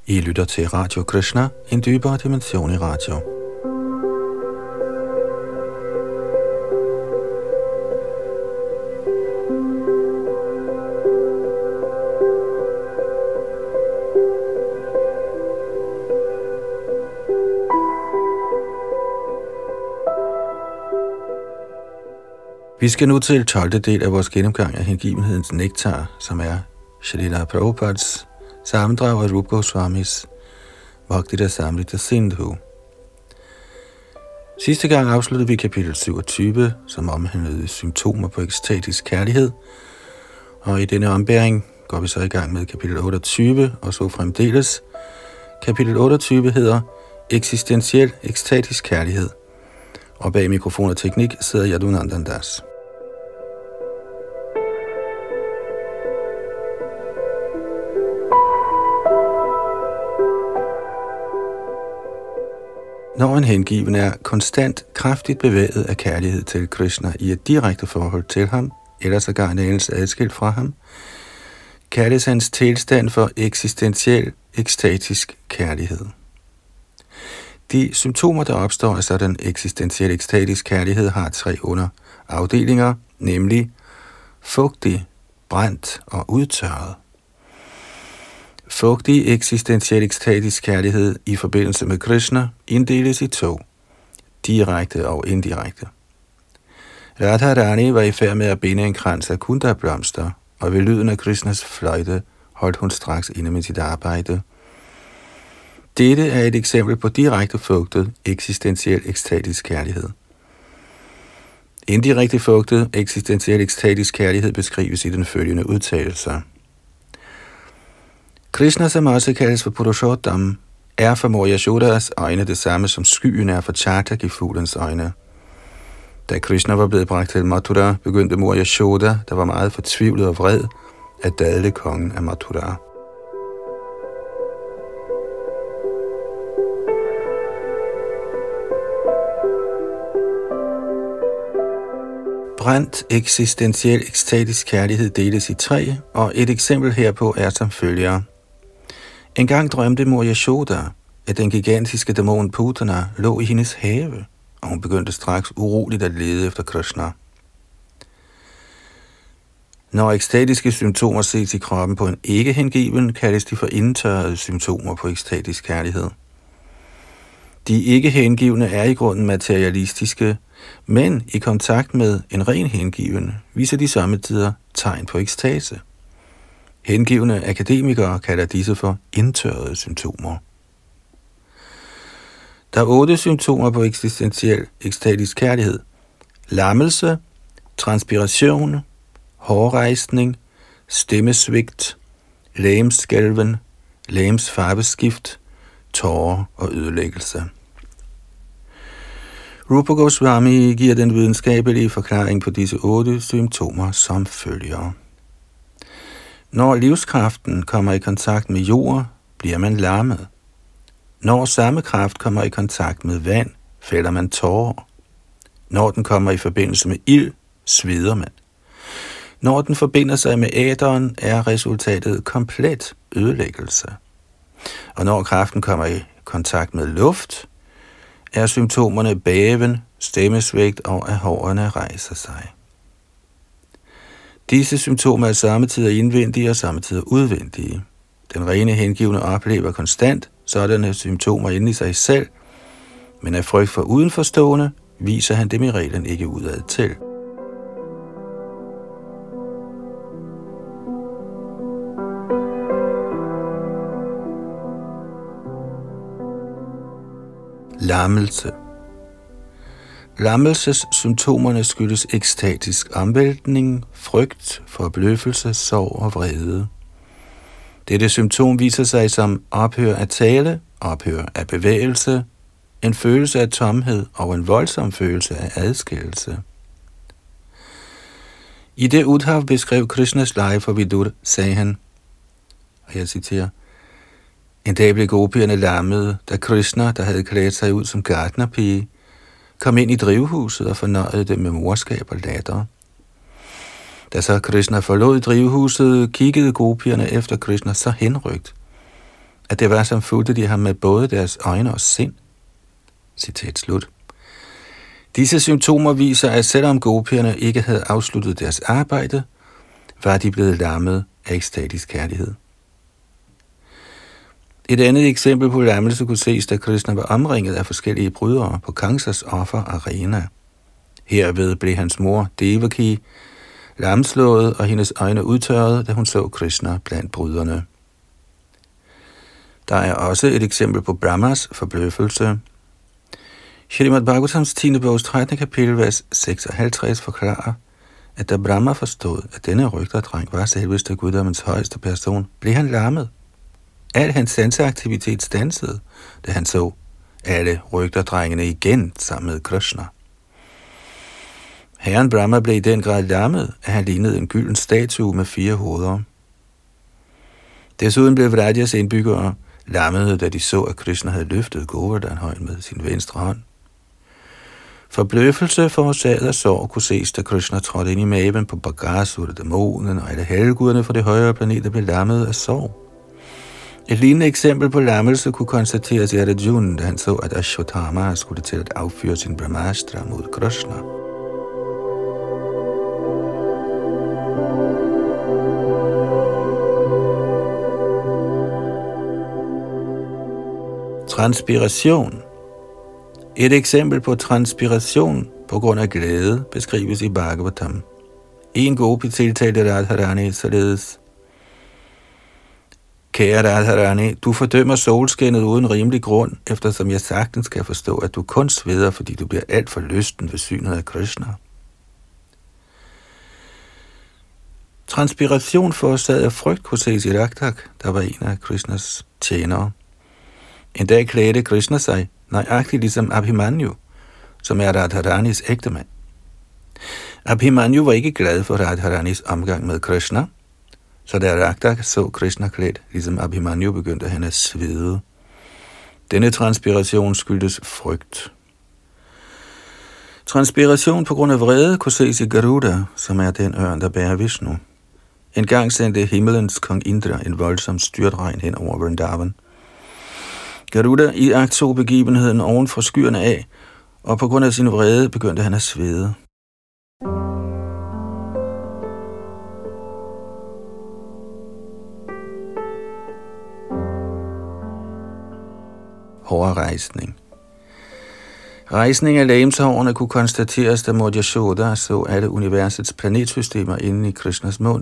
I lytter til Radio Krishna, en dybere dimension i radio. Vi skal nu til 12. del af vores gennemgang af hengivenhedens nektar, som er Srila Prabhupads sammendrag af Rupa Goswamis Bhakti-rasamrita Sindhu. Sidste gang afsluttede vi kapitel 27, som omhandlede symptomer på ekstatisk kærlighed, og i denne ombæring går vi så i gang med kapitel 28, og så fremdeles. Kapitel 28 hedder Eksistentiel ekstatisk kærlighed, og bag mikrofon og teknik sidder Yadunandan Das. Når en hengiven er konstant kraftigt bevæget af kærlighed til Krishna i et direkte forhold til ham, eller sågar en anelse adskilt fra ham, kaldes hans tilstand for eksistentiel ekstatisk kærlighed. De symptomer, der opstår af sådan eksistentiel ekstatisk kærlighed, har 3 underafdelinger, nemlig fugtig, brændt og udtørret. Fugtig eksistentiel ekstatisk kærlighed i forbindelse med Krishna inddeles i 2, direkte og indirekte. Radharani var i færd med at binde en krans af kundablomster, og ved lyden af Krishnas fløjte holdt hun straks inde med sit arbejde. Dette er et eksempel på direkte fugtet eksistentiel ekstatisk kærlighed. Indirekte fugtet eksistentiel ekstatisk kærlighed beskrives i den følgende udtalelser. Krishna, som også kaldes for Purushottam, er for mor Yashodas øjne det samme som skyen er for Chartaki-fuglens øjne. Da Krishna var blevet bragt til Mathura, begyndte mor Yashoda, der var meget fortvivlet og vred, at dadle kongen af Mathura. Brændt eksistentiel ekstatisk kærlighed deles i 3, og et eksempel herpå er som følger. En gang drømte mor Yashoda, at den gigantiske dæmon Putana lå i hendes have, og hun begyndte straks uroligt at lede efter Krishna. Når ekstatiske symptomer ses i kroppen på en ikke-hengiven, kaldes de for indtørrede symptomer på ekstatisk kærlighed. De ikke-hengivne er i grunden materialistiske, men i kontakt med en ren hengiven viser de samtidig tegn på ekstase. Hengivne akademikere kalder disse for indtørrede symptomer. Der er 8 symptomer på eksistentiel ekstatisk kærlighed. Lammelse, transpiration, hårrejsning, stemmesvigt, legemsskælven, legemsfarveskift, tårer og ødelæggelse. Rupa Goswami giver den videnskabelige forklaring på disse 8 symptomer som følger. Når livskraften kommer i kontakt med jord, bliver man lammet. Når samme kraft kommer i kontakt med vand, fælder man tårer. Når den kommer i forbindelse med ild, sveder man. Når den forbinder sig med æteren, er resultatet komplet ødelæggelse. Og når kraften kommer i kontakt med luft, er symptomerne bæven, stemmesvigt og at hårene rejser sig. Disse symptomer er samtidig indvendige og samtidig udvendige. Den rene hengivne oplever konstant sådanne symptomer inde i sig selv, men af frygt for udenforstående viser han dem i reglen ikke udad til. Lammelse. Lammelsessymptomerne skyldes ekstatisk omvæltning, frygt, forbløffelse, sorg og vrede. Dette symptom viser sig som ophør af tale, ophør af bevægelse, en følelse af tomhed og en voldsom følelse af adskillelse. I det Uddhav beskrev Krishnas lege for Vidur, sagde han, og jeg citerer, en dag blev gopierne lammede, da Krishna, der havde klædt sig ud som gartnerpige, kom ind i drivhuset og fornøjede dem med morskab og latter. Da så Krishna forlod drivhuset, kiggede gopierne efter Krishna så henrygt, at det var som fulgte de ham med både deres øjne og sind. Citat slut. Disse symptomer viser, at selvom gopierne ikke havde afsluttet deres arbejde, var de blevet lammet af ekstatisk kærlighed. Et andet eksempel på lammelse kunne ses, da Krishna var omringet af forskellige brydere på Kansas offerarena. Herved blev hans mor, Devaki, lamslået og hendes øjne udtørret, da hun så Krishna blandt bryderne. Der er også et eksempel på Brahmas forbløffelse. Srimad Bhagavatams 10. bogs 13. kapitel, vers 56 forklarer, at da Brahma forstod, at denne rygterdreng var selveste guddommens højeste person, blev han lammet. Al hans sanseaktivitet standsede, da han så alle rygterdrengene igen sammen med Krishna. Herren Brahma blev i den grad lammet, at han lignede en gylden statue med 4 hoveder. Desuden blev Vrajas indbyggere lammede, da de så, at Krishna havde løftet Govardhan-højen med sin venstre hånd. Forbløffelse forårsaget af sorg kunne ses, da Krishna trådte ind i maven på Bakasura, dæmonen, og alle helguderne fra de højere planeter blev lammet af sorg. Et lignende eksempel på lammelse kunne konstateres i Arjuna, da han så, at Ashwatthama skulle til at affyre sin Brahmastra mod Krishna. Transpiration. Et eksempel på transpiration på grund af glæde beskrives i Bhagavatam. En gopi tiltalte Radharani således: Kære Radharani, du fordømmer solskinnet uden rimelig grund, eftersom jeg sagtens kan forstå, at du kun sveder, fordi du bliver alt for lysten ved synet af Krishna. Transpiration forårsaget af frygt kunne ses i Raktak, der var en af Krishnas tjenere. En dag klædte Krishna sig, nøjagtigt ligesom Abhimanyu, som er Radharanis ægtemand. Abhimanyu var ikke glad for Radharanis omgang med Krishna, så da Raktak så Krishna klædt ligesom Abhimanyu, begyndte han at svede. Denne transpiration skyldtes frygt. Transpiration på grund af vrede kunne ses i Garuda, som er den ørn, der bærer Vishnu. En gang sendte himmelens kong Indra en voldsom styrtregn hen over Vrindavan. Garuda iagttog begivenheden oven for skyerne af, og på grund af sin vrede begyndte han at svede. Hårrejsning. Rejsning af legemshårene kunne konstateres, da Mor Yashoda så alle universets planetsystemer inde i Krishnas mund.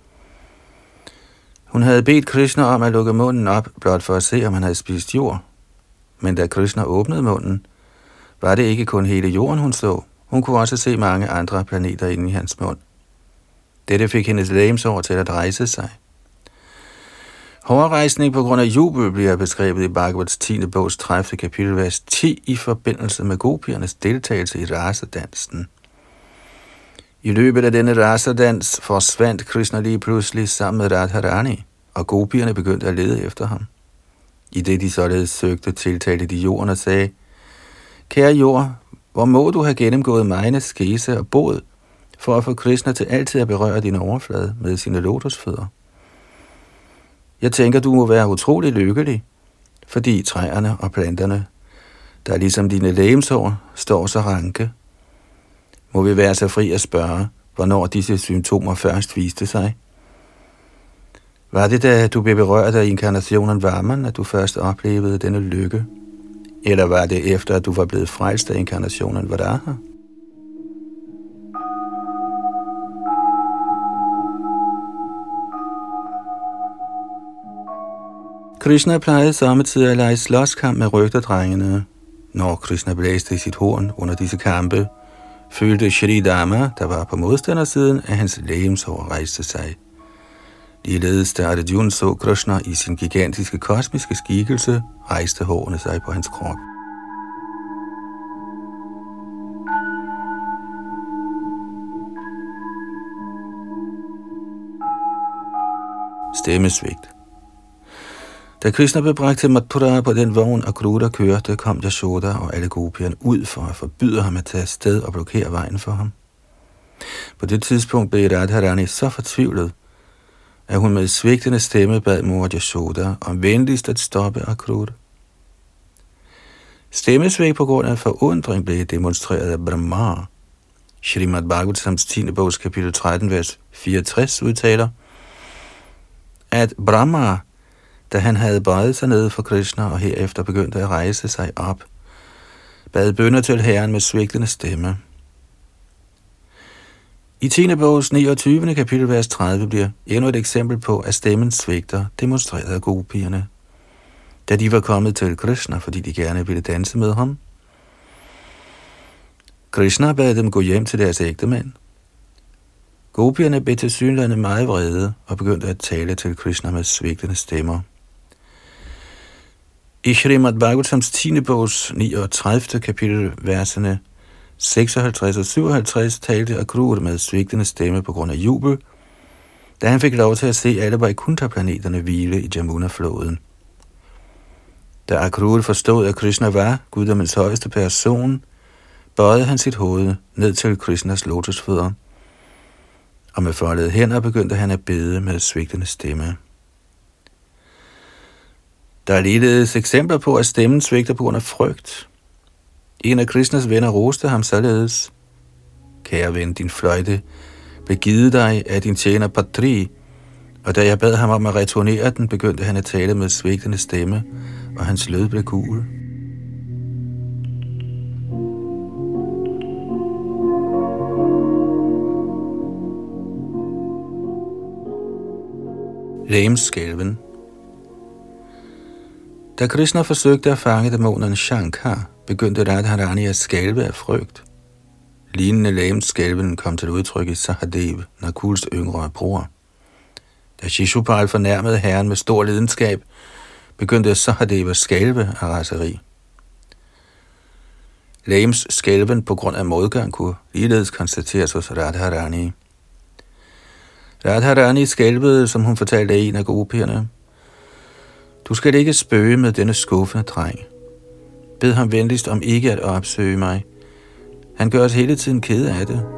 Hun havde bedt Krishna om at lukke munden op, blot for at se, om han havde spist jord. Men da Krishna åbnede munden, var det ikke kun hele jorden, hun så. Hun kunne også se mange andre planeter inde i hans mund. Dette fik hendes legemshår til at rejse sig. Hårrejsning på grund af jubel bliver beskrevet i Bhagavats 10. bogs 30. kapitel, vers 10 i forbindelse med gopiernes deltagelse i rasadansen. I løbet af denne rasadans forsvandt Krishna lige pludselig sammen med Radharani, og gopierne begyndte at lede efter ham. I det de således søgte, tiltalte de jorden og sagde: Kære jord, hvor må du have gennemgået megen skese og bod, for at få Krishna til altid at berøre din overflade med sine lotusfødder? Jeg tænker, du må være utrolig lykkelig, fordi træerne og planterne, der ligesom dine legemshår, står så ranke. Må vi være så fri at spørge, hvornår disse symptomer først viste sig? Var det, da du blev berørt af inkarnationen Vaman, at du først oplevede denne lykke? Eller var det efter, at du var blevet frelst af inkarnationen Varaha? Krishna plejede samtidig at lege slåskamp med rygterdrengene. Når Krishna blæste i sit horn under disse kampe, følte Shri Dama, der var på modstandersiden, at hans legemshår rejste sig. Ligeledes da Arjuna så Krishna i sin gigantiske kosmiske skikkelse, rejste hårene sig på hans krop. Stemmesvigt. Da Krishna blev bragt til Mathura på den vogn, og Kruda kørte, kom Yashoda og alle gopierne ud for at forbyde ham at tage afsted og blokere vejen for ham. På det tidspunkt blev Radharani så fortvivlet, at hun med svigtende stemme bad mor Yashoda om venligst at stoppe Akrura. Stemmesvigt på grund af forundring blev demonstreret af Brahma. Srimad Bhagavatams 10. bogs kapitel 13, vers 64 udtaler, at Brahma, da han havde bøjet sig ned for Krishna og herefter begyndte at rejse sig op, bad bønner til Herren med svigtende stemme. I 10. bogs 29. kapitel, vers 30 bliver endnu et eksempel på, at stemmen svigter demonstreret af gopierne, da de var kommet til Krishna, fordi de gerne ville danse med ham. Krishna bad dem gå hjem til deres ægtemænd. Gopierne blev tilsyneladende meget vrede og begyndte at tale til Krishna med svigtende stemmer. I Srimad Bhagavatams 10. bogs 39. kapitel, versene 56 og 57 talte Akrura med svigtende stemme på grund af jubel, da han fik lov til at se alle Vaikuntha-planeterne hvile i Jamuna-floden. Da Akrura forstod, at Krishna var guddommens højeste person, bøjede han sit hoved ned til Krishnas lotusfødder, og med foldede hænder begyndte han at bede med svigtende stemme. Der er ligeledes eksempler på, at stemmen svigter på grund af frygt. En af Krishnas venner roste ham således: Kære ven, din fløjte blev givet dig af din tjener Patri, og da jeg bad ham om at returnere den, begyndte han at tale med svigtende stemme, og hans lød blev gul. Legemsskælven. Da Krishna forsøgte at fange dæmonen Shankar, begyndte Radharani at skælve af frygt. Lignende legemsskælven kom til udtryk i Sahadev, Nakuls yngre bror. Da Shishupal fornærmede herren med stor lidenskab, begyndte Sahadev at skælve af raseri. Legemsskælven på grund af modgang kunne ligeledes konstateres hos Radharani. Radharani skælvede, som hun fortalte af en af gopierne: Du skal ikke spøge med denne skuffende dreng. Bed ham venligst om ikke at opsøge mig. Han gør os hele tiden ked af det.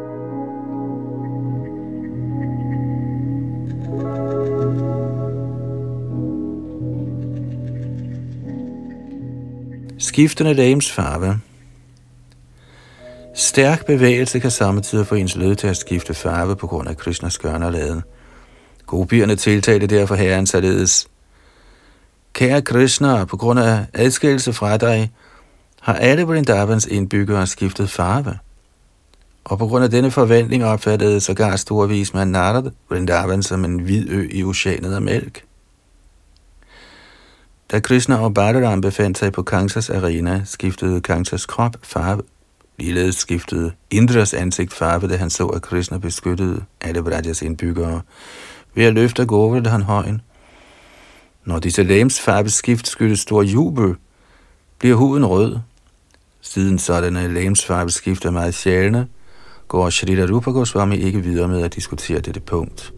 Skiftende legemsfarve. Stærk bevægelse kan samtidig få ens lød til at skifte farve på grund af Krishnas gøren og laden. Gopierne tiltalte derfor herren således: Kære Krishna, på grund af adskillelse fra dig, har alle Vrindavans indbyggere skiftet farve. Og på grund af denne forventning opfattede sågar store vismand Narad Vrindavan som en hvid ø i oceanet af mælk. Da Krishna og Balaram befandt sig på Kangsas arena, skiftede Kangsas krop farve. Ligeledes skiftede Indras ansigt farve, da han så, at Krishna beskyttede alle Vrajas indbyggere ved at løfte Govardhan højen. Når disse legemsfarveskift skyldes stor jubel, bliver huden rød. Siden sådanne legemsfarveskift er meget sjældne, går Shrila Rupa Goswami ikke videre med at diskutere dette punkt.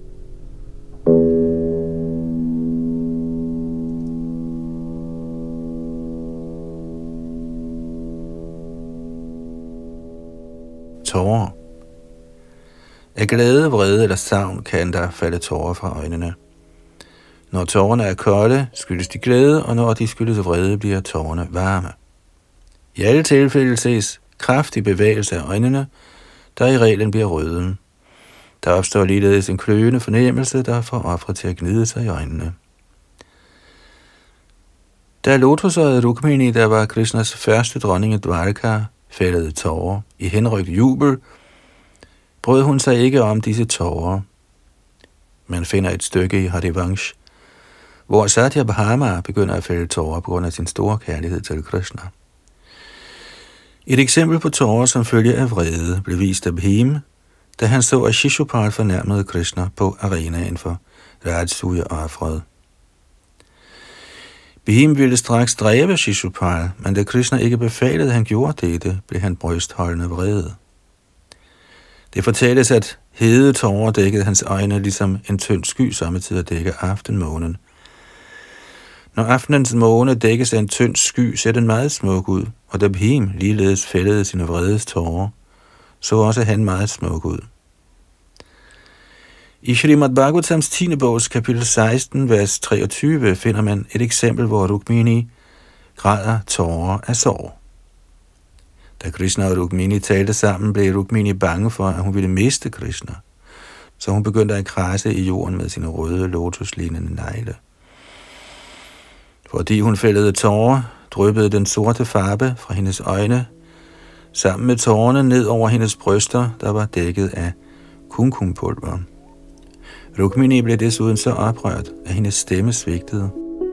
Tårer. Af glæde, vrede eller savn kan der falde tårer fra øjnene. Når tårerne er kolde, skyldes de glæde, og når de skyldes vrede, bliver tårerne varme. I alle tilfælde ses kraftig bevægelse af øjnene, der i reglen bliver røde. Der opstår ligeledes en kløende fornemmelse, der får ofre til at gnide sig i øjnene. Da lotusøjet Rukmini, der var Krishnas første dronning i Dvaraka, fældede tårer i henrykt jubel, brød hun sig ikke om disse tårer. Man finder et stykke i Harivansh, hvor Satya Bhama begynder at fælde tårer på grund af sin store kærlighed til Krishna. Et eksempel på tårer som følge af vrede blev vist af Bhim, da han så, at Shishupal fornærmede Krishna på arenaen for Rajsuya-offeret. Bhim ville straks dræbe Shishupal, men da Krishna ikke befalede, at han gjorde dette, blev han brystholdende vrede. Det fortælles, at hede tårer dækkede hans øjne, ligesom en tynd sky sommetider dækker aftenmånen. Når aftenens måne dækkes af en tynd sky, ser den meget smuk ud, og da Bhim ligeledes fældede sine vredes tårer, så også han meget smuk ud. I Srimad Bhagavatams 10. bogs kapitel 16, vers 23, finder man et eksempel, hvor Rukmini græder tårer af sorg. Da Krishna og Rukmini talte sammen, blev Rukmini bange for, at hun ville miste Krishna, så hun begyndte at kradse i jorden med sine røde, lotuslignende negle. Fordi hun fældede tårer, dryppede den sorte farve fra hendes øjne, sammen med tårerne ned over hendes bryster, der var dækket af kumkumpulver. Rukmini blev desuden så oprørt, at hendes stemme svigtede.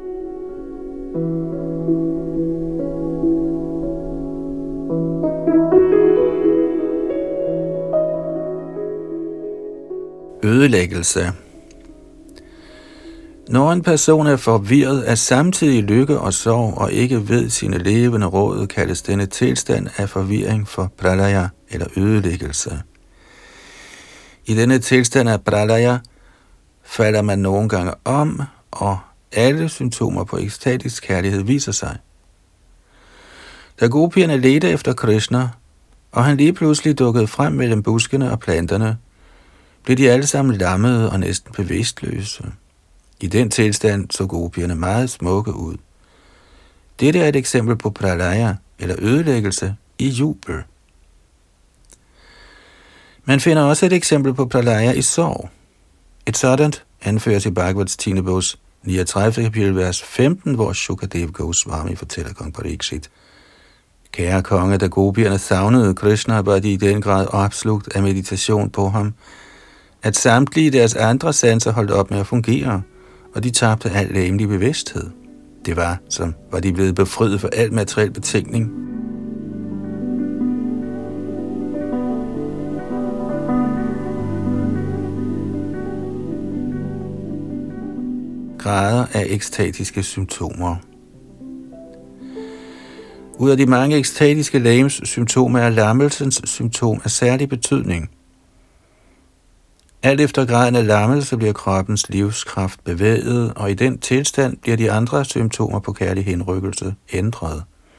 Ødelæggelse. Når en person er forvirret af samtidig lykke og sorg og ikke ved sine levende råd, kaldes denne tilstand af forvirring for pralaya eller ødelæggelse. I denne tilstand af pralaya falder man nogle gange om, og alle symptomer på ekstatisk kærlighed viser sig. Da gopierne ledte efter Krishna, og han lige pludselig dukkede frem mellem buskene og planterne, blev de alle sammen lammede og næsten bevidstløse. I den tilstand så gopierne meget smukke ud. Dette er et eksempel på pralaya, eller ødelæggelse, i jubel. Man finder også et eksempel på pralaya i sorg. Et sådant anføres i Bhagavats 10. bogs 39. kapitel, vers 15, hvor Shukadev Goswami fortæller kong Parikshit: Kære konge, da gopierne savnede Krishna, var de i den grad opslugt af meditation på ham, at samtlige deres andre sanser holdt op med at fungere, og de tabte al legemlig bevidsthed. Det var, som var de blevet befriet for al materiel betingning. Grader af ekstatiske symptomer. Ud af de mange ekstatiske legemssymptomer er lammelsens symptom af særlig betydning. Alt efter graden af lammelse bliver kroppens livskraft bevæget, og i den tilstand bliver de andre symptomer på kærlig henrykkelse ændret.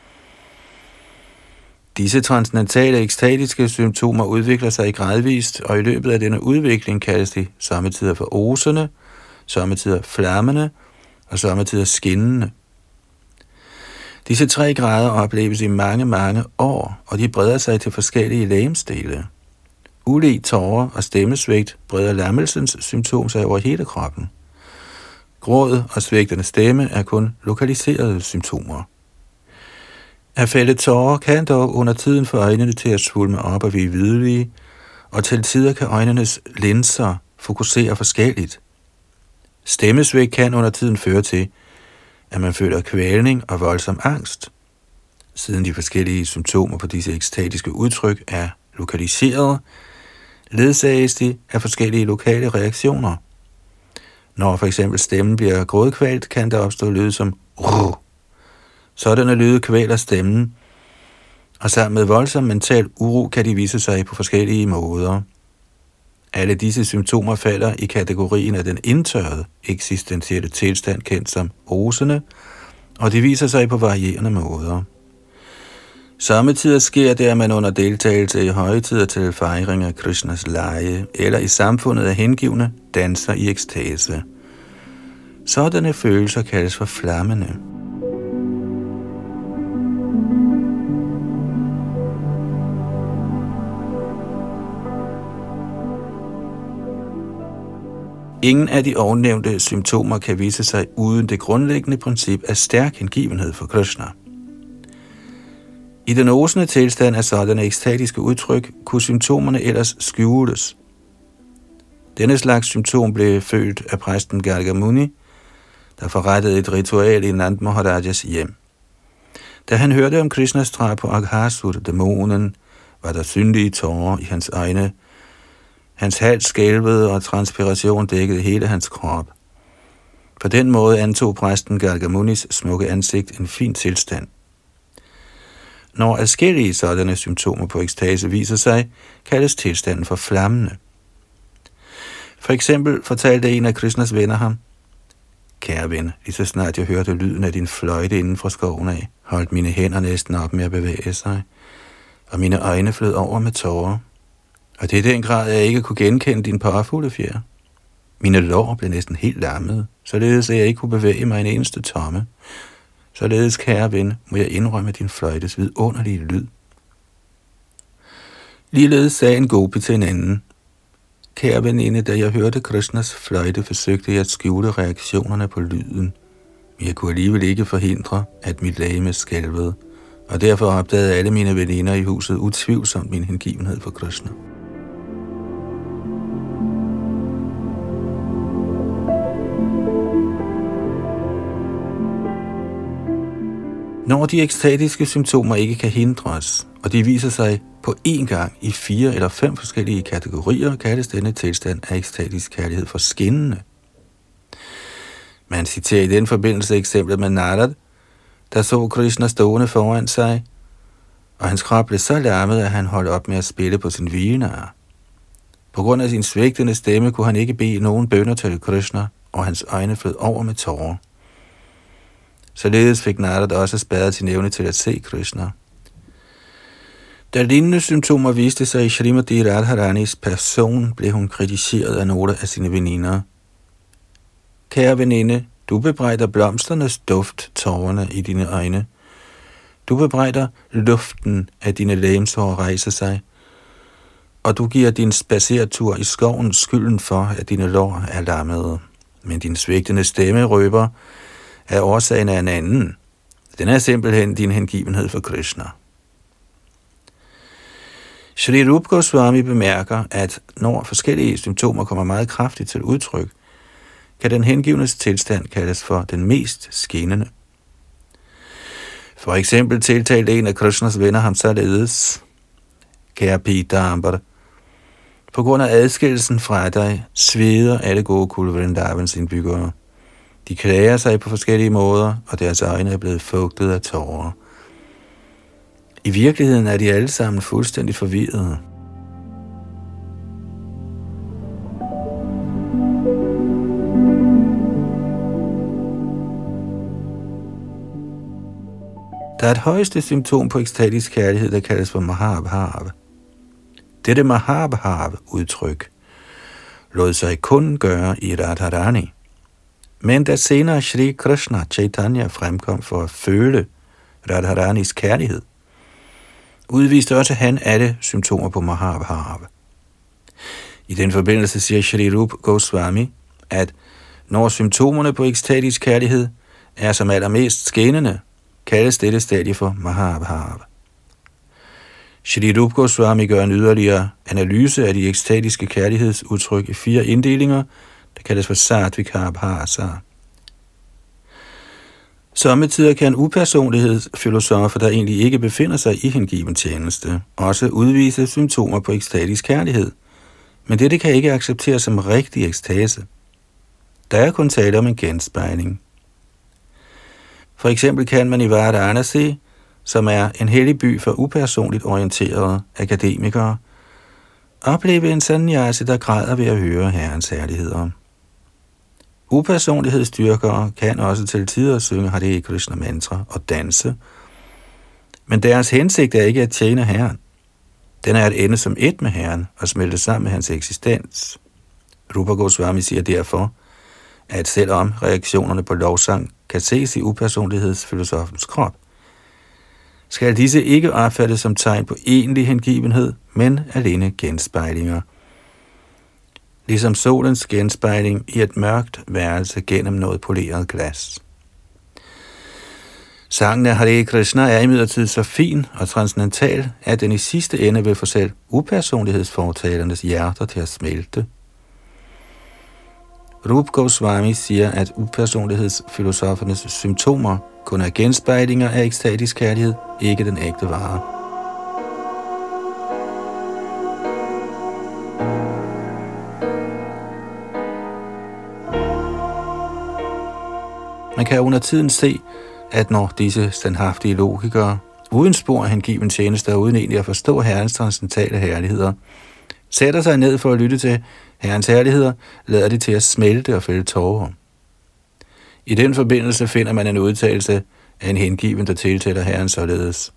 Disse transcendentale ekstatiske symptomer udvikler sig gradvist, og i løbet af denne udvikling kaldes de sommetider for oserne, sommetider flammende og sommetider skinnende. Disse 3 grader opleves i mange, mange år, og de breder sig til forskellige legemsdele. Ulig tårer og stemmesvigt breder lammelsens symptom sig over hele kroppen. Gråd og svigtende stemme er kun lokaliserede symptomer. At fælde tårer kan dog under tiden få øjnene til at svulme op og blive hvidlige, og til tider kan øjnenes linser fokusere forskelligt. Stemmesvigt kan under tiden føre til, at man føler kvælning og voldsom angst. Siden de forskellige symptomer på disse ekstatiske udtryk er lokaliseret, ledsages de af forskellige lokale reaktioner. Når for eksempel stemmen bliver grådkvalt, kan der opstå lyde som rrr. Sådanne lyde kvæler stemmen, og sammen med voldsom mental uro kan de vise sig på forskellige måder. Alle disse symptomer falder i kategorien af den indtørrede eksistentielle tilstand, kendt som oserne, og de viser sig på varierende måder. Sommetider sker det, at man under deltagelse i højtider til fejring af Krishnas lege, eller i samfundet af hengivne, danser i ekstase. Sådanne følelser kaldes for flammende. Ingen af de ovennævnte symptomer kan vise sig uden det grundlæggende princip af stærk hengivenhed for Krishna. I den osende tilstand af sådanne ekstatiske udtryk kunne symptomerne ellers skjules. Denne slags symptom blev født af præsten Garga Muni, der forrettede et ritual i Nand Maharajas hjem. Da han hørte om Krishnas drab på Aghasur, dæmonen, var der synlige tårer i hans øjne. Hans hals skælvede, og transpiration dækkede hele hans krop. På den måde antog præsten Garga Munis smukke ansigt en fin tilstand. Når adskillige sådanne symptomer på ekstase viser sig, kaldes tilstanden for flammende. For eksempel fortalte en af Krishnas venner ham: Kære ven, lige så snart jeg hørte lyden af din fløjte inden fra skoven af, holdt mine hænder næsten op med at bevæge sig, og mine øjne flød over med tårer. Og det er den grad, jeg ikke kunne genkende din påfuglefier. Mine lår blev næsten helt lammede, således at jeg ikke kunne bevæge mig en eneste tomme. Således, kære ven, må jeg indrømme din fløjtes vidunderlige lyd. Ligeledes sagde en gopi til en anden: Kære veninde, da jeg hørte Krishnas fløjte, forsøgte jeg at skjule reaktionerne på lyden, men jeg kunne alligevel ikke forhindre, at mit legeme skælvede, og derfor opdagede alle mine veninder i huset utvivlsomt min hengivenhed for Krishna. Når de ekstatiske symptomer ikke kan hindres, og de viser sig på én gang i 4 eller 5 forskellige kategorier, kaldes denne tilstand af ekstatisk kærlighed for skinnende. Man citerer i den forbindelse eksemplet med Narad, der så Krishna stående foran sig, og hans krop blev så lammet, at han holdt op med at spille på sin viner. På grund af sin svigtende stemme kunne han ikke bede nogen bønner til Krishna, og hans øjne flød over med tårer. Således fik Narad også spadet sin evne til at se Krishna. Da lignende symptomer viste sig i Srimati Radharanis person, blev hun kritiseret af nogle af sine veninder. Kære veninde, du bebrejder blomsternes duft, tårerne i dine øjne. Du bebrejder luften af dine legemshår rejser sig, og du giver din spacertur i skoven skylden for, at dine lår er lammede. Men din svigtende stemme røber, at årsagen er en anden. Den er simpelthen din hengivenhed for Krishna. Shri Rupa Goswami bemærker, at når forskellige symptomer kommer meget kraftigt til udtryk, kan den hengivnes tilstand kaldes for den mest skinnende. For eksempel tiltalte en af Krishnas venner ham således: Kære Pitaambar, på grund af adskillelsen fra dig, sveder alle Gokul Vrindavans indbyggere. De klager sig på forskellige måder, og deres øjne er blevet fugtet af tårer. I virkeligheden er de alle sammen fuldstændig forvirrede. Der er et højeste symptom på ekstatisk kærlighed, der kaldes for Mahabhava. Dette Mahabhava-udtryk lod sig kun gøre i Radharani. Men da senere Shri Krishna Chaitanya fremkom for at føle Radharanis kærlighed, udviste også han alle symptomer på Mahabhava. I den forbindelse siger Shri Rupa Goswami, at når symptomerne på ekstatisk kærlighed er som allermest skinnende, kaldes dette stadie for Mahabhava. Shri Rupa Goswami gør en yderligere analyse af de ekstatiske kærlighedsudtryk i 4 inddelinger, der kaldes for Satvika Bhasa. Sommetider kan upersonlighedsfilosofer, der egentlig ikke befinder sig i hengiven tjeneste, også udvise symptomer på ekstatisk kærlighed, men dette kan ikke accepteres som rigtig ekstase. Der er kun tale om en genspejling. For eksempel kan man i Varanasi, som er en hellig by for upersonligt orienterede akademikere, opleve en sannyasi, der græder ved at høre Herrens herligheder. Upersonlighedsdyrkere kan også til tider synge Hare Krishna mantra og danse, men deres hensigt er ikke at tjene Herren. Den er at ende som et med Herren og smelte sammen med hans eksistens. Rupa Goswami siger derfor, at selvom reaktionerne på lovsang kan ses i upersonlighedsfilosofens krop, skal disse ikke opfattes som tegn på egentlig hengivenhed, men alene genspejlinger. Ligesom solens genspejling i et mørkt værelse gennem noget poleret glas. Sangen af Hare Krishna er imidlertid så fin og transcendental, at den i sidste ende vil få selv upersonlighedsfortalernes hjerter til at smelte. Rupa Goswami siger, at upersonlighedsfilosofernes symptomer kun er genspejlinger af ekstatisk kærlighed, ikke den ægte vare. Man kan under tiden se, at når disse standhaftige logikere, uden spor af hengiven tjeneste og uden egentlig at forstå Herrens transcendentale herligheder, sætter sig ned for at lytte til Herrens herligheder, lader de til at smelte og fælde tårer. I den forbindelse finder man en udtalelse af en hengiven, der tiltaler Herren således: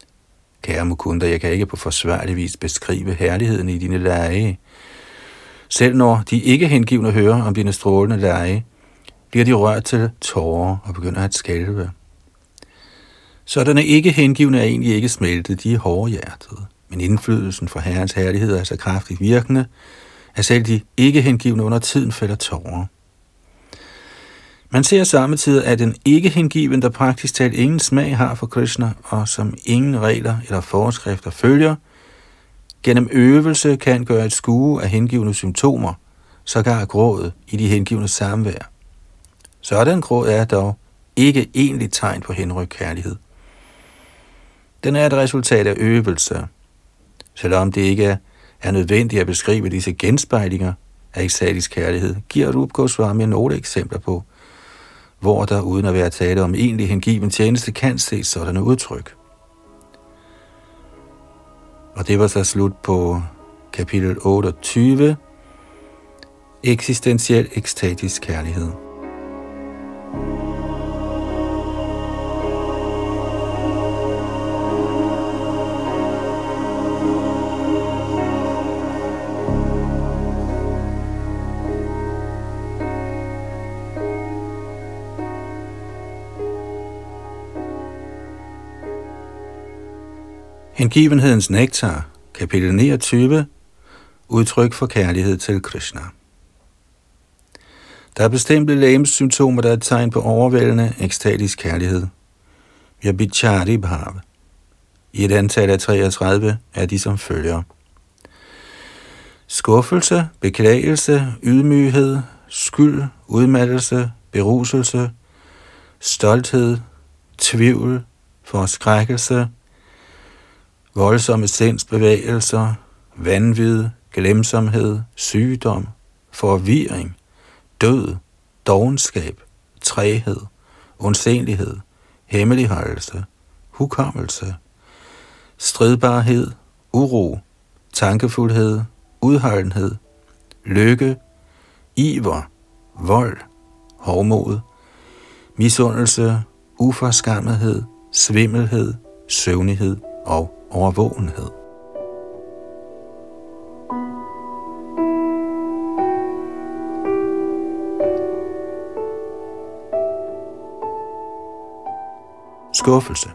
Kære Mukunda, jeg kan ikke på forsvarlig vis beskrive herligheden i dine lege. Selv når de ikke hengivne hører om dine strålende lege, bliver de rørt til tårer og begynder at skælve. Sådanne ikke hengivne er egentlig ikke smeltet, de er hårdhjertede. Men indflydelsen fra Herrens herlighed er så kraftigt virkende, at selv de ikke hengivne under tiden fælder tårer. Man ser samtidig, at den ikke hengiven, der praktisk talt ingen smag har for Krishna, og som ingen regler eller forskrifter følger, gennem øvelse kan gøre et skue af hengivne symptomer, sågar gråd i de hengivne samvær. Sådan gråd er dog ikke egentlig tegn på henrykt kærlighed. Den er et resultat af øvelse. Selvom det ikke er nødvendigt at beskrive disse genspejlinger af ekstatisk kærlighed, giver Rupa Goswami nogle eksempler på, hvor der uden at være tale om egentlig hengiven tjeneste kan ses sådanne udtryk. Og det var så slut på kapitel 28, eksistentiel ekstatisk kærlighed. Hengivenhedens nektar, kapitel 29, udtryk for kærlighed til Krishna. Der er bestemte legemssymptomer, der er et tegn på overvældende ekstatisk kærlighed. Vyabhichari bhava. I et antal af 33 er de som følger: skuffelse, beklagelse, ydmyghed, skyld, udmattelse, beruselse, stolthed, tvivl, forskrækkelse, voldsomme sindsbevægelser, vanvid, glemsomhed, sygdom, forvirring, død, dovenskab, træghed, ondsenlighed, hemmeligholdelse, hukommelse, stridbarhed, uro, tankefuldhed, udholdenhed, lykke, iver, vold, hovmod, misundelse, uforskammethed, svimmelhed, søvnighed og overvågenhed. Skuffelse.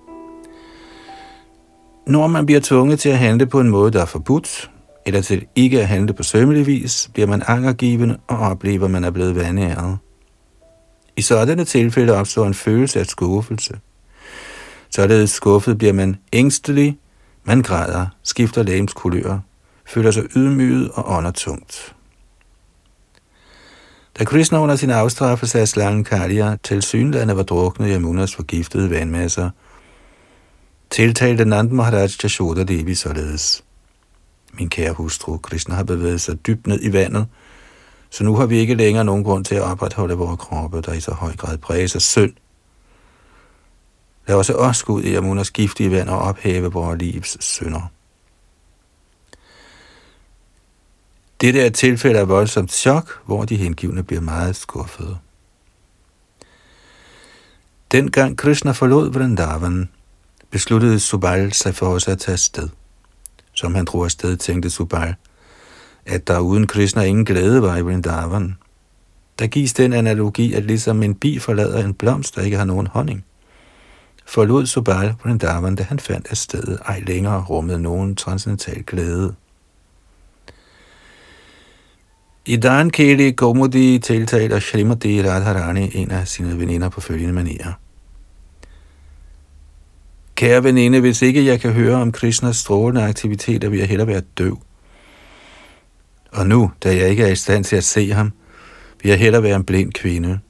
Når man bliver tvunget til at handle på en måde, der er forbudt, eller til ikke at handle på sømmelig vis, bliver man angergivende og oplever, at man er blevet vanæret. I sådanne tilfælde opstår en følelse af skuffelse. Således skuffet bliver man ængstelig, man græder, skifter legemskulør, føler sig ydmyget og åndertungt. Da Krishna under sin afstraffelse af slangen Kalia tilsyneladende var druknet i Yamunas forgiftede vandmasser, tiltalte Nand Maharaj Yashoda Devi således: min kære hustru, Krishna har bevæget sig dybt ned i vandet, så nu har vi ikke længere nogen grund til at opretholde vores kroppe, der i så høj grad præges af synd. Lad også os gå ud i Yamunas giftige vand og ophæve vores livs synder. Dette er et tilfælde af voldsomt chok, hvor de hengivne bliver meget skuffede. Dengang Krishna forlod Vrindavan, besluttede Subal sig for os at tage afsted. Som han drog afsted, tænkte Subal, at der uden Krishna ingen glæde var i Vrindavan. Der gives den analogi, at ligesom en bi forlader en blomst, der ikke har nogen honning, forlod Subal Vrindavan, da han fandt, at stedet ej længere rummede nogen transcendental glæde. I Dan Keli Gaumudi tiltaler Srimati Radharani en af sine veninder på følgende manier: kære veninde, hvis ikke jeg kan høre om Krishnas strålende aktiviteter, vil jeg hellere være døv. Og nu, da jeg ikke er i stand til at se ham, vil jeg hellere være en blind kvinde.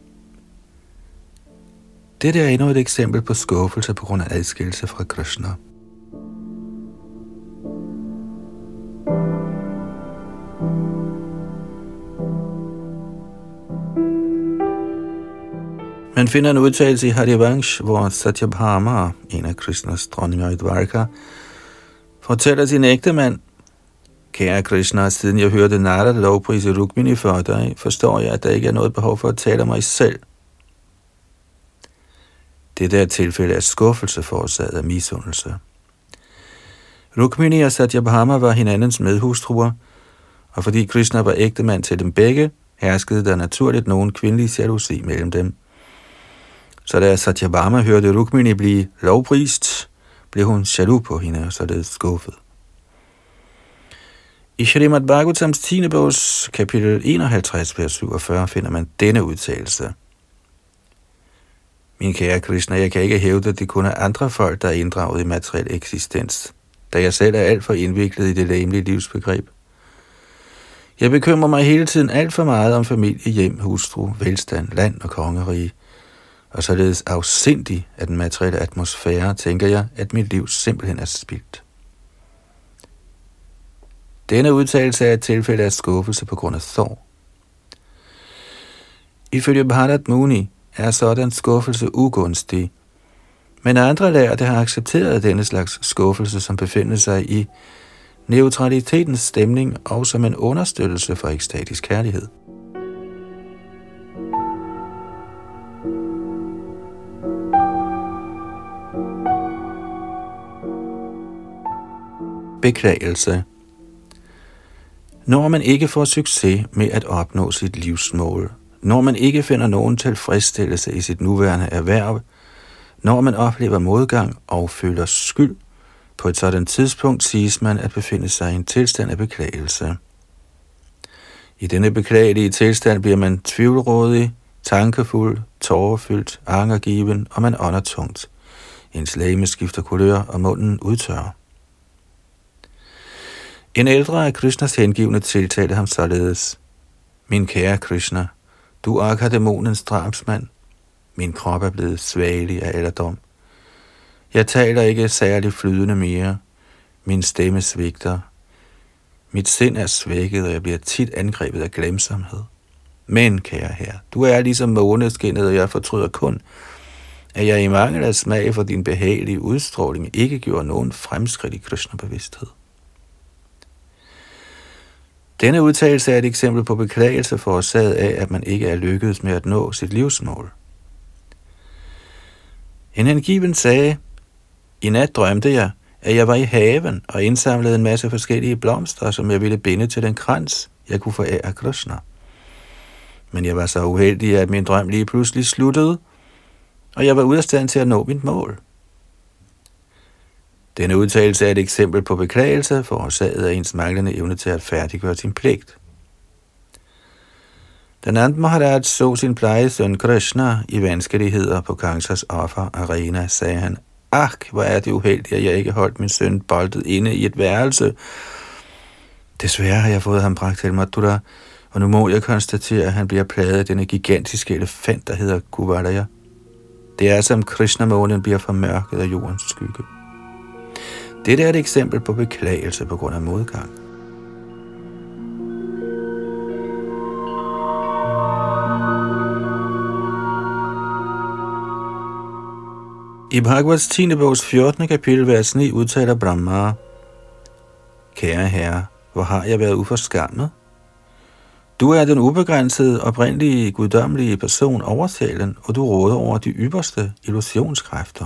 Dette er endnu et eksempel på skuffelse på grund af adskillelse fra Krishna. Man finder en udtalelse i Harivansh, hvor Satyabhama, en af Krishnas dronninger i Dvarka, fortæller sin ægtemand: kære Krishna, siden jeg hørte Narada lovprise Rukmini for dig, forstår jeg, at der ikke er noget behov for at tale om mig selv. Det der tilfælde er skuffelse forårsaget af misundelse. Rukmini og Satyabhama var hinandens medhustruer, og fordi Krishna var ægtemand til dem begge, herskede der naturligt nogen kvindelig jalousi mellem dem. Så da Satyabhama hørte Rukmini blive lovprist, blev hun jaloux på hende og således skuffet. I Srimad Bhagavatams 10. bogs kapitel 51, vers 47 finder man denne udtalelse. Min kære Krishna, jeg kan ikke hævde, at det kun er andre folk, der er inddraget i materiel eksistens, da jeg selv er alt for indviklet i det legemlige livsbegreb. Jeg bekymrer mig hele tiden alt for meget om familie, hjem, hustru, velstand, land og kongerige, og således afsindig af den materielle atmosfære, tænker jeg, at mit liv simpelthen er spildt. Denne udtalelse er et tilfælde af skuffelse på grund af sorg. Ifølge Bharat Muni er sådan skuffelse ugunstig, men andre lærte har accepteret denne slags skuffelse, som befinder sig i neutralitetens stemning og som en understøttelse for ekstatisk kærlighed. Beklagelse. Når man ikke får succes med at opnå sit livsmål, når man ikke finder nogen tilfredsstillelse i sit nuværende erhverv, når man oplever modgang og føler skyld, på et sådan tidspunkt siges man at befinde sig i en tilstand af beklagelse. I denne beklagelige tilstand bliver man tvivlrådig, tankefuld, tårerfyldt, angergiven, og man ånder tungt. Ens legeme skifter kulør, og munden udtørrer. En ældre af Krishnas hengivne tiltalte ham således: Min kære Krishna, du er dæmonens drabsmand. Min krop er blevet svagelig af alderdom. Jeg taler ikke særlig flydende mere. Min stemme svigter. Mit sind er svækket, og jeg bliver tit angrebet af glemsomhed. Men, kære herre, du er ligesom måneskinnet, og jeg fortryder kun, at jeg i mangel af smag for din behagelige udstråling ikke gjorde nogen fremskridt i Krishna-bevidsthed. Denne udtalelse er et eksempel på beklagelse forårsaget af, at man ikke er lykkedes med at nå sit livsmål. En hengiven sagde: I nat drømte jeg, at jeg var i haven og indsamlede en masse forskellige blomster, som jeg ville binde til den krans, jeg kunne forære af Krishna. Men jeg var så uheldig, at min drøm lige pludselig sluttede, og jeg var ude af stand til at nå mit mål. Denne udtalelse er et eksempel på beklagelse forårsaget af ens manglende evne til at færdiggøre sin pligt. Da Nand Maharaj så sin plejesøn Krishna i vanskeligheder på Kangsas offerarena, sagde han: hvor er det uheldigt, at jeg ikke holdt min søn boltet inde i et værelse. Desværre har jeg fået ham bragt til Mathura, og nu må jeg konstatere, at han bliver plaget af denne gigantiske elefant, der hedder Kuvalaya. Det er som Krishna-månen bliver formørket af jordens skygge. Dette er et eksempel på beklagelse på grund af modgang. I Bhagavats 10. bogs 14. kapitel, vers 9, udtaler Brahma: Kære herre, hvor har jeg været uforskammet? Du er den ubegrænsede, oprindelige, guddommelige person oversjælen, og du råder over de ypperste illusionskræfter.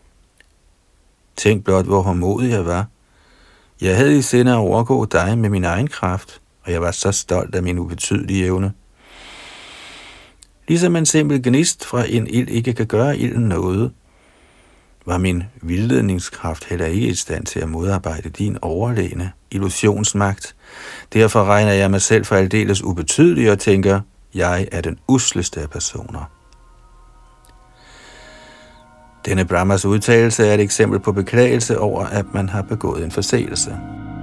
Tænk blot, hvor hårdmodig jeg var. Jeg havde i sinde at overgå dig med min egen kraft, og jeg var så stolt af min ubetydelige evne. Ligesom en simpel gnist fra en ild ikke kan gøre ilden noget, var min vildledningskraft heller ikke i stand til at modarbejde din overlegne illusionsmagt. Derfor regner jeg mig selv for aldeles ubetydelig og tænker, jeg er den usleste af personer. Denne Brahmas udtalelse er et eksempel på beklagelse over, at man har begået en forseelse.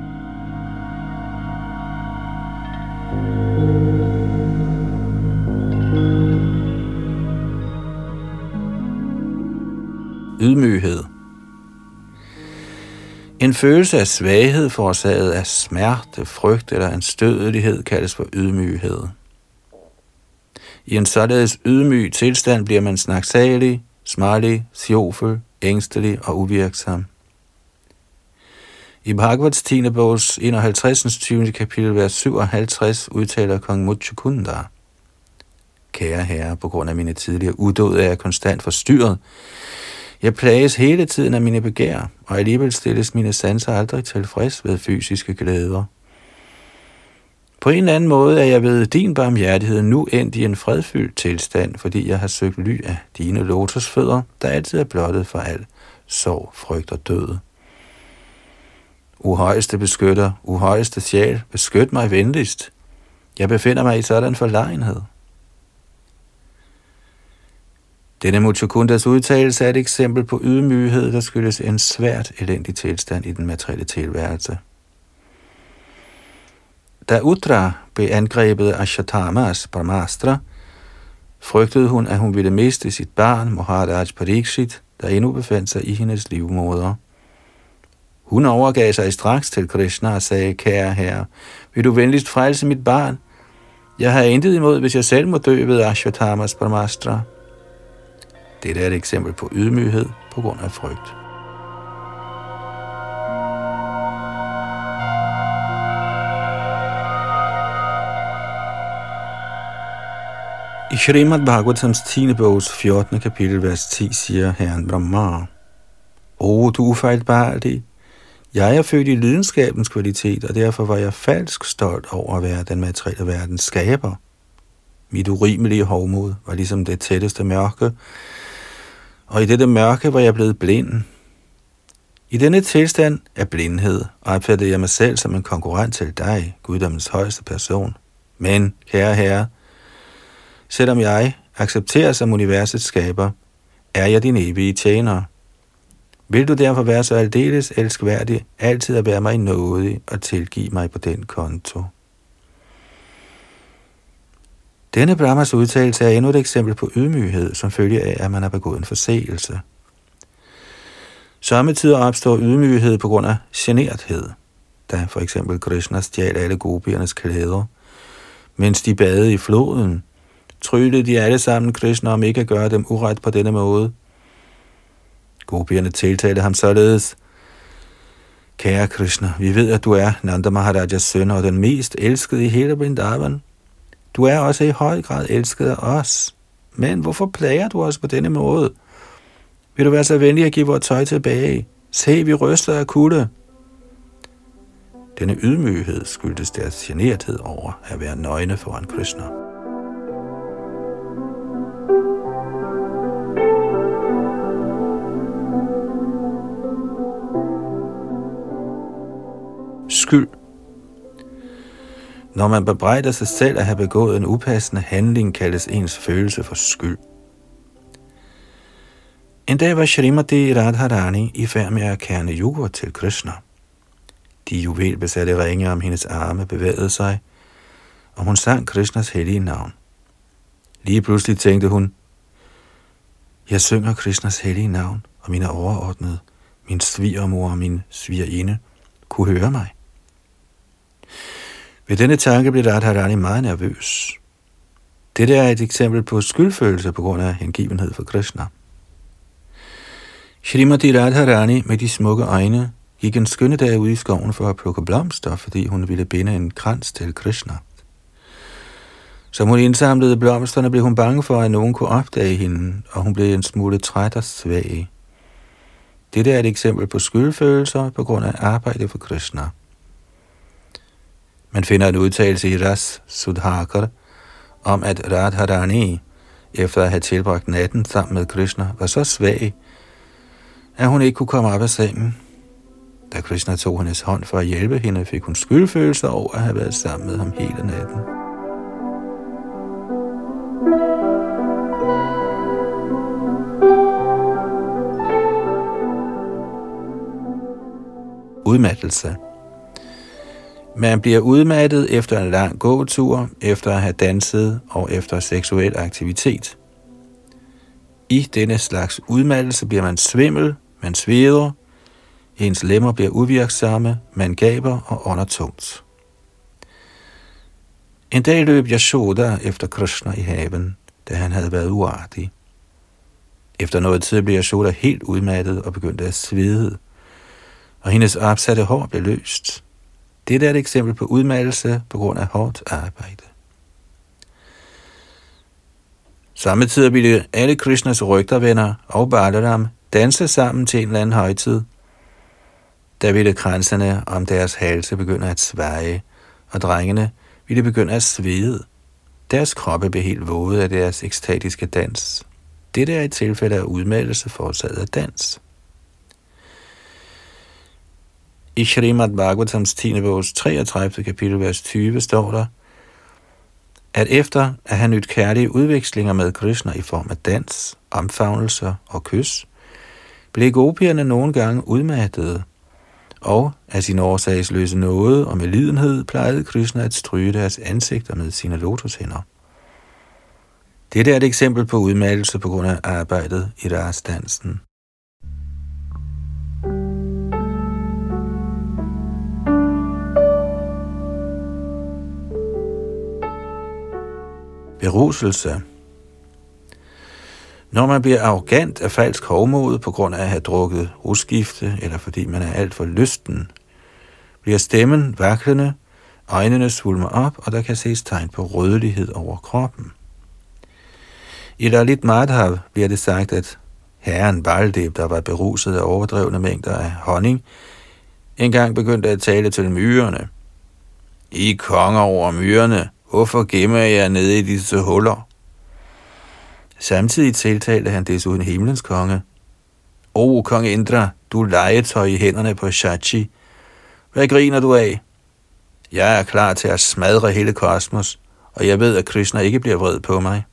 Ydmyghed. En følelse af svaghed forårsaget af smerte, frygt eller anstødelighed kaldes for ydmyghed. I en således ydmyg tilstand bliver man snaksalig, smarlig, sjofel, ængstelig og uvirksom. I Bhagavats 10. bogs 51. 20. kapitel, vers 57, udtaler kong Muchukunda: Kære herre, på grund af mine tidligere udåd er jeg konstant forstyrret. Jeg plages hele tiden af mine begær, og alligevel stilles mine sanser aldrig tilfreds ved fysiske glæder. På en eller anden måde er jeg ved din barmhjertighed nu endt i en fredfyldt tilstand, fordi jeg har søgt ly af dine lotusfødder, der altid er blottet for al sorg, frygt og død. Uhøjeste beskytter, uhøjeste sjæl, beskyt mig venligst. Jeg befinder mig i sådan forlegenhed. Denne Muchukundas udtalelse er et eksempel på ydmyghed, der skyldes en svært elendig tilstand i den materielle tilværelse. Da Uttara blev angrebet af Ashwatthama's Brahmastra, frygtede hun, at hun ville miste sit barn, Maharaj Parikshit, der endnu befandt sig i hendes livmoder. Hun overgav sig straks til Krishna og sagde, kære herre, vil du venligst frelse mit barn? Jeg har intet imod, hvis jeg selv må dø ved Ashwatthama's Brahmastra. Dette er et eksempel på ydmyghed på grund af frygt. I Srimad Bhagavatams 10. bogs 14. kapitel, vers 10, siger Herren Brahma: O du ufejlbarlige, jeg er født i lidenskabens kvalitet, og derfor var jeg falsk stolt over at være den materielle verdens skaber. Mit urimelige hovmod var ligesom det tætteste mørke, og i dette mørke var jeg blevet blind. I denne tilstand af blindhed opfattede jeg mig selv som en konkurrent til dig, guddommens højeste person. Men, kære herre, selvom jeg accepterer som universets skaber, er jeg din evige tjener. Vil du derfor være så aldeles elskværdig, altid at være mig nådig og tilgive mig på den konto? Denne Brahmas udtalelse er endnu et eksempel på ydmyghed, som følge af, at man har begået en forseelse. Sommetider opstår ydmyghed på grund af generthed, da for eksempel Krishna stjal alle gopiernes klæder. Mens de badede i floden, tryllede de alle sammen Krishna om ikke at gøre dem uret på denne måde. Gopierne tiltalte ham således: kære Krishna, vi ved, at du er Nanda Maharajas søn og den mest elskede i hele Vrindavan. Du er også i høj grad elsket af os. Men hvorfor plager du os på denne måde? Vil du være så venlig at give vores tøj tilbage? Se, vi ryster af kulde. Denne ydmyghed skyldtes deres generthed over at være nøgne foran Krishna. Skyld. Når man bebrejder sig selv at have begået en upassende handling, kaldes ens følelse for skyld. En dag var Shrimati Radharani i færd med at kærne yoghurt til Krishna. De juvelbesatte ringe om hendes arme bevægede sig, og hun sang Krishnas hellige navn. Lige pludselig tænkte hun: jeg synger Krishnas hellige navn, og mine overordnede, min svigermor og min svigerinde, kunne høre mig. Ved denne tanke blev Radharani meget nervøs. Dette er et eksempel på skyldfølelse på grund af hengivenhed for Krishna. Shrimati Radharani med de smukke øjne gik en skønne dag ud i skoven for at plukke blomster, fordi hun ville binde en krans til Krishna. Som hun indsamlede blomsterne, blev hun bange for, at nogen kunne opdage hende, og hun blev en smule træt og svag. Dette er et eksempel på skyldfølelser på grund af arbejde for Krishna. Man finder en udtalelse i Ras Sudhakar om, at Radharani, efter at have tilbragt natten sammen med Krishna, var så svag, at hun ikke kunne komme op af sengen. Da Krishna tog hendes hånd for at hjælpe hende, fik hun skyldfølelser over at have været sammen med ham hele natten. Udmattelse. Man bliver udmattet efter en lang gåtur, efter at have danset og efter seksuel aktivitet. I denne slags udmattelse bliver man svimmel, man sveder, ens lemmer bliver uvirksomme, man gaber og ånder tungt. En dag løb Yashoda efter Krishna i haven, da han havde været uartig. Efter noget tid blev Yashoda helt udmattet og begyndte at svede, og hendes opsatte hår blev løst. Dette er et eksempel på udmattelse på grund af hårdt arbejde. Samtidig ville alle Krishnas rygtervenner og Balaram danse sammen til en eller anden højtid. Der ville kranserne om deres halse begynde at svaje, og drengene ville begynde at svede. Deres kroppe blev helt våde af deres ekstatiske dans. Dette er et tilfælde af udmattelse forårsaget af dans. I Srimad Bhagavatams 10. bogs 33. kapitel, vers 20 står der, at efter at have nydt kærlige udvekslinger med Krishna i form af dans, omfavnelser og kys, blev gopierne nogle gange udmattede, og af sin årsagsløse nåde og med lidenhed plejede Krishna at stryge deres ansigter med sine lotushænder. Dette er et eksempel på udmattelse på grund af arbejdet i rasdansen. Beruselse. Når man bliver arrogant af falsk hovmod på grund af at have drukket rusgifte, eller fordi man er alt for lysten, bliver stemmen vaklende, øjnene svulmer op, og der kan ses tegn på rødlighed over kroppen. I Lalit Madhav bliver det sagt, at herren Baldev, der var beruset af overdrevne mængder af honning, engang begyndte at tale til myrerne. I konger over myrerne, hvorfor gemmer jeg nede i disse huller? Samtidig tiltalte han desuden himlens konge. O, kong Indra, du legetøj i hænderne på Shachi. Hvad griner du af? Jeg er klar til at smadre hele kosmos, og jeg ved, at Krishna ikke bliver vred på mig.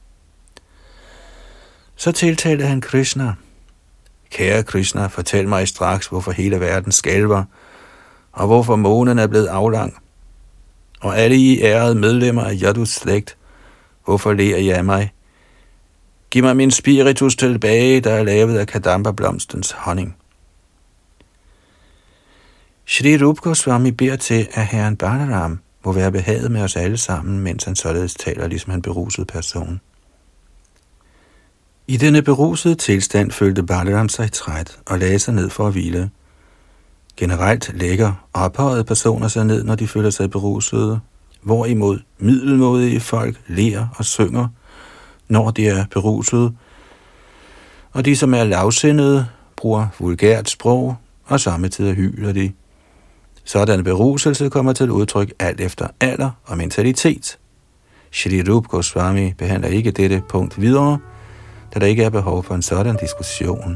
Så tiltalte han Krishna. Kære Krishna, fortæl mig straks, hvorfor hele verden skælver, og hvorfor månen er blevet aflang. Og alle I ærede medlemmer af Yadus slægt, hvorfor ler I af mig? Giv mig min spiritus tilbage, der er lavet af kadamba-blomstens honning. Shri Rupa Goswami beder til, at herren Balaram må være behaget med os alle sammen, mens han således taler, ligesom han berusede person. I denne berusede tilstand følte Balaram sig træt og lagde sig ned for at hvile. Generelt lægger ophøjede personer sig ned, når de føler sig berusede, hvorimod middelmådige folk ler og synger, når de er berusede, og de, som er lavsindede, bruger vulgært sprog, og samtidig hyler de. Sådan beruselse kommer til udtryk alt efter alder og mentalitet. Shri Rupa Goswami behandler ikke dette punkt videre, da der ikke er behov for en sådan diskussion.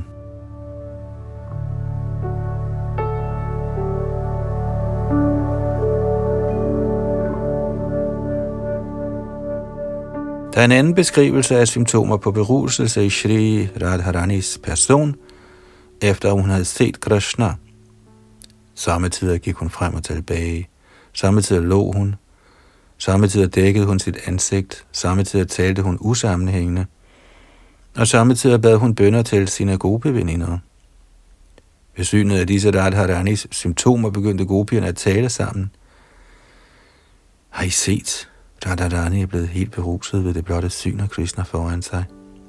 Der er en anden beskrivelse af symptomer på beruselse i Shri Radharanis person, efter hun havde set Krishna. Samtidig gik hun frem og tilbage, samtidig lå hun, samtidig dækkede hun sit ansigt, samtidig talte hun usammenhængende, og samtidig bad hun bønner til sine gopiveninder. Ved synet af disse Radharanis symptomer begyndte gopierne at tale sammen. Har I set? Radharani er blevet helt beruset ved det blotte syn af Krishna foran sig.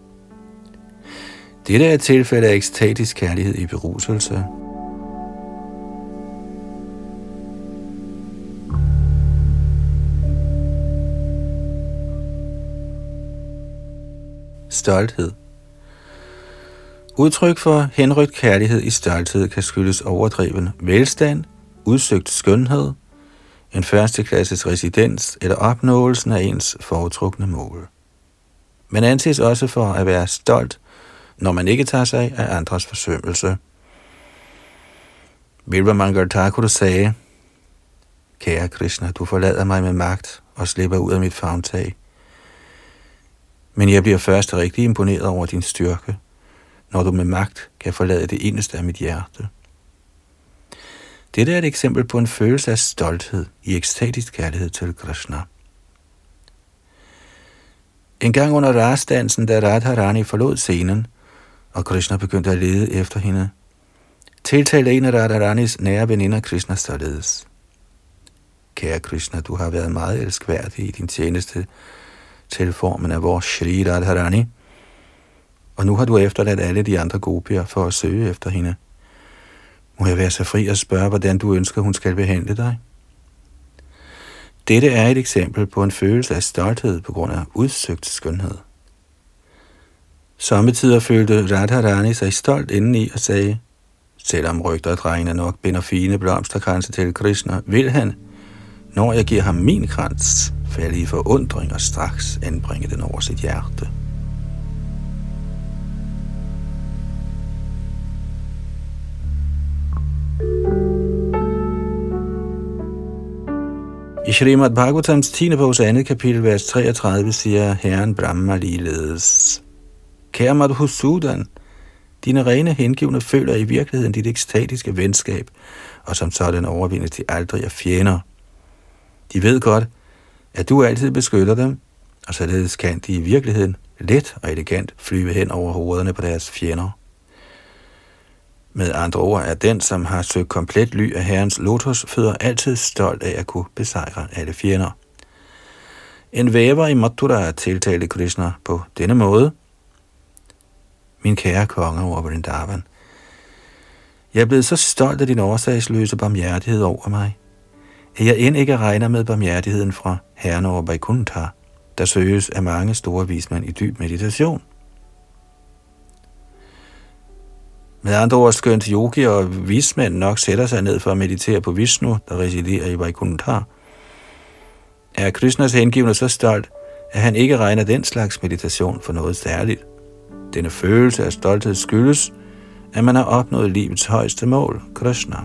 Dette er et tilfælde af ekstatisk kærlighed i beruselse. Stolthed. Udtryk for henrykt kærlighed i stolthed kan skyldes overdreven velstand, udsøgt skønhed, en førsteklasses residens eller opnåelsen af ens foretrukne mål. Man anses også for at være stolt, når man ikke tager sig af andres forsømmelse. Bilva Mangal Thakur sagde, kære Krishna, du forlader mig med magt og slipper ud af mit favntag. Men jeg bliver først rigtig imponeret over din styrke, når du med magt kan forlade det inderste af mit hjerte. Dette er et eksempel på en følelse af stolthed i ekstatisk kærlighed til Krishna. En gang under rasdansen, da Radharani forlod scenen, og Krishna begyndte at lede efter hende, tiltalte en af Radharanis nære veninder Krishna således. Kære Krishna, du har været meget elskværdig i din tjeneste til formen af vores Shri Radharani, og nu har du efterladt alle de andre gopier for at søge efter hende. Må jeg være så fri at spørge, hvordan du ønsker, hun skal behandle dig? Dette er et eksempel på en følelse af stolthed på grund af udsøgt skønhed. Sommetider følte Radharani sig stolt indeni og sagde, selvom rygterdrengene nok binder fine blomsterkranse til Krishna, vil han, Når jeg giver ham min krans, falder i forundring og straks anbringe den over sit hjerte. I Srimad Bhagavatams 10. bogs 2. kapitel, vers 33, siger Herren Brahma ligeledes: Kære Madhusudan, dine rene hengivne føler i virkeligheden dit ekstatiske venskab, og som sådan overvindes de aldrig af fjender. De ved godt, at du altid beskytter dem, og således kan de i virkeligheden let og elegant flyve hen over hovederne på deres fjender. Med andre ord er den, som har søgt komplet ly af Herrens lotusfødder, altid stolt af at kunne besejre alle fjender. En væver i Mathura tiltalte Krishna på denne måde: Min kære konge over Vrindavan, jeg er blevet så stolt af din årsagsløse barmhjertighed over mig, at jeg end ikke regner med barmhjertigheden fra Herren over Vaikuntha, der søges af mange store vismænd i dyb meditation. Med andre ord, skønt yogi og vismænd nok sætter sig ned for at meditere på Vishnu, der residerer i Vaikuntha, er Krishnas hengivne så stolt, at han ikke regner den slags meditation for noget særligt. Denne følelse af stolthed skyldes, at man har opnået livets højeste mål, Krishna.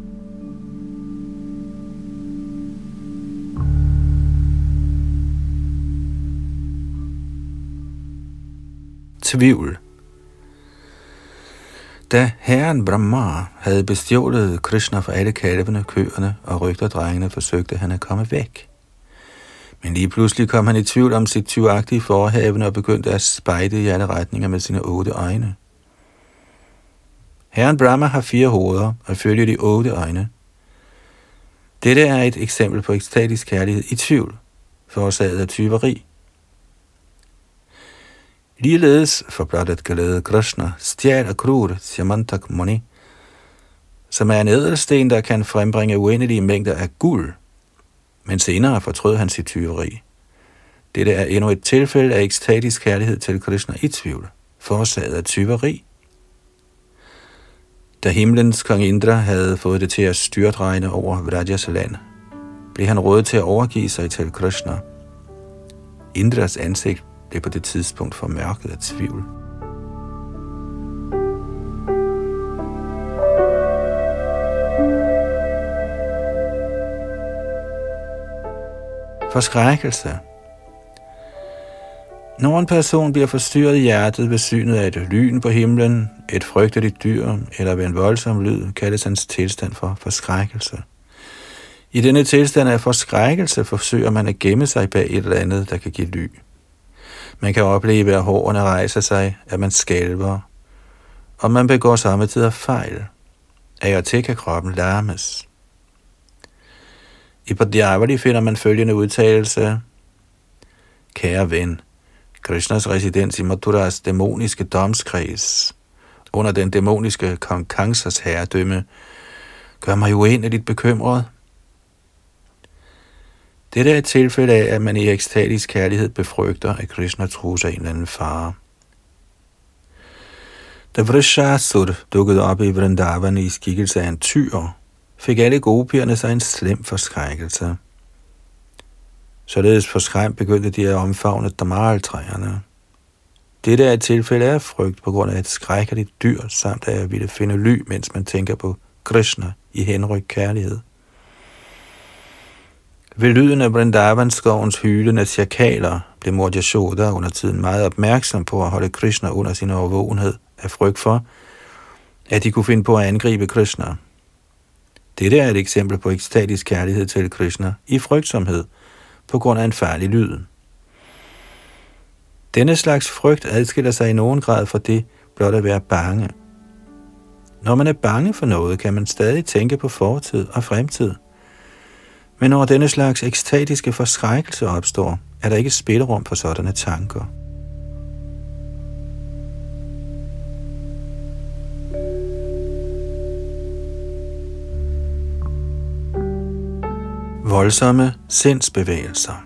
Tvivl. Da Herren Brahma havde bestjålet Krishna for alle kalvene, køerne og rygterdrengene, forsøgte han at komme væk. Men lige pludselig kom han i tvivl om sit tyvagtige forehavende og begyndte at spejde i alle retninger med sine 8 øjne. Herren Brahma har 4 hoveder og følger de 8 øjne. Dette er et eksempel på ekstatisk kærlighed i tvivl, forårsaget af tyveri. Ligeledes for blot at glæde Krishna stjal Akrur Siamantak Muni, som er en ædelsten, der kan frembringe uendelige mængder af guld, men senere fortrød han sit tyveri. Dette er endnu et tilfælde af ekstatisk kærlighed til Krishna i tvivl, forårsaget af tyveri. Da himlens kong Indra havde fået det til at styrtregne over Vrajas land, blev han rådet til at overgive sig til Krishna. Indras ansigt blev på det tidspunkt formørket af tvivl. Forskrækkelse. Når en person bliver forstyrret i hjertet ved synet af et lyn på himlen, et frygteligt dyr eller ved en voldsom lyd, kaldes hans tilstand for forskrækkelse. I denne tilstand af forskrækkelse forsøger man at gemme sig bag et eller andet, der kan give ly. Man kan opleve, at hårene rejser sig, at man skælver, og man begår samtidig fejl. Af og til kan kroppen larmes. I Padjavali finder man følgende udtalelse: Kære ven, Krishnas residens i Mathuras dæmoniske domskreds, under den dæmoniske kong Kansas herredømme, gør mig uendeligt bekymret. Dette er et tilfælde af, at man i ekstatisk kærlighed befrygter, at Krishna trues af en eller anden fare. Da Vrishasur dukkede op i Vrindavan i skikkelse af en tyr, fik alle gopierne sig en slem forskrækkelse. Således forskræmt begyndte de at omfavne damareltræerne. Dette er et tilfælde af frygt på grund af et skrækkeligt dyr, samt af at ville finde ly, mens man tænker på Krishna i henrykt kærlighed. Ved lyden af Vrindavan-skovens hylende sjakaler blev Mor Yashoda under tiden meget opmærksom på at holde Krishna under sin overvågenhed af frygt for, at de kunne finde på at angribe Krishna. Dette er et eksempel på ekstatisk kærlighed til Krishna i frygtsomhed på grund af en farlig lyd. Denne slags frygt adskiller sig i nogen grad fra det blot at være bange. Når man er bange for noget, kan man stadig tænke på fortid og fremtid. Men når denne slags ekstatiske forskrækkelse opstår, er der ikke spillerum for sådanne tanker. Voldsomme sindsbevægelser.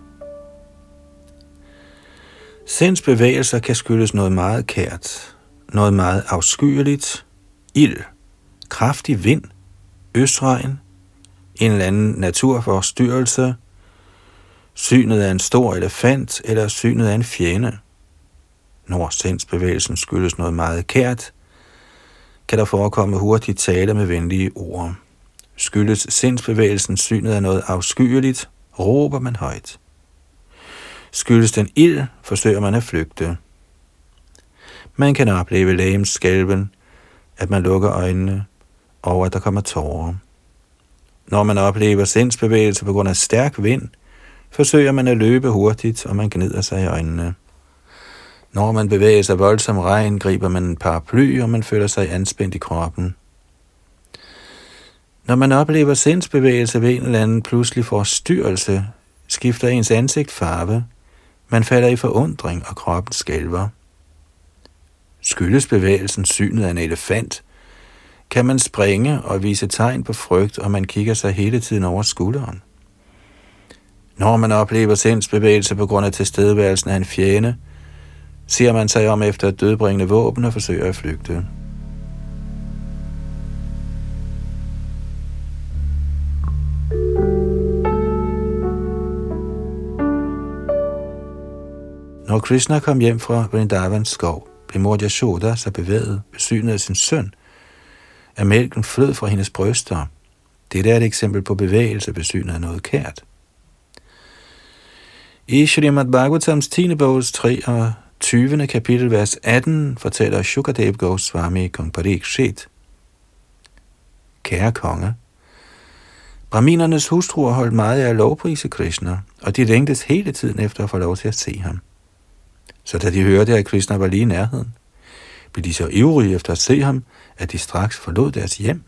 Sindsbevægelser kan skyldes noget meget kært, noget meget afskyeligt, ild, kraftig vind, øsregn, en eller anden naturforstyrrelse, synet af en stor elefant eller synet af en fjende. Når sindsbevægelsen skyldes noget meget kært, kan der forekomme hurtigt tale med venlige ord. Skyldes sindsbevægelsen synet af noget afskyeligt, råber man højt. Skyldes den ild, forsøger man at flygte. Man kan opleve legemsskælven, at man lukker øjnene, og at der kommer tårer. Når man oplever sindsbevægelse på grund af stærk vind, forsøger man at løbe hurtigt, og man gnider sig i øjnene. Når man bevæger sig voldsom regn, griber man en paraply, og man føler sig anspændt i kroppen. Når man oplever sindsbevægelse ved en eller anden pludselig forstyrrelse, skifter ens ansigt farve, man falder i forundring, og kroppen skælver. Skyldes bevægelsen synet af en elefant, kan man springe og vise tegn på frygt, og man kigger sig hele tiden over skulderen. Når man oplever sindsbevægelse på grund af tilstedeværelsen af en fjende, ser man sig om efter et dødbringende våben og forsøger at flygte. Når Krishna kom hjem fra Vrindavans skov, blev mor Yashoda så bevæget ved synet af sin søn, at mælken flød fra hendes bryster. Dette er et eksempel på bevægelse ved synet af noget kært. I Srimad Bhagavatams 10. bogs 23. kapitel, vers 18, fortæller Shukadev Goswami kong Parikshit: Kære konge, brahminernes hustruer holdt meget af at lovprise Krishna, og de længtes hele tiden efter at få lov til at se ham. Så da de hørte, at Krishna var lige i nærheden, blev de så ivrige efter at se ham, at de straks forlod deres hjem.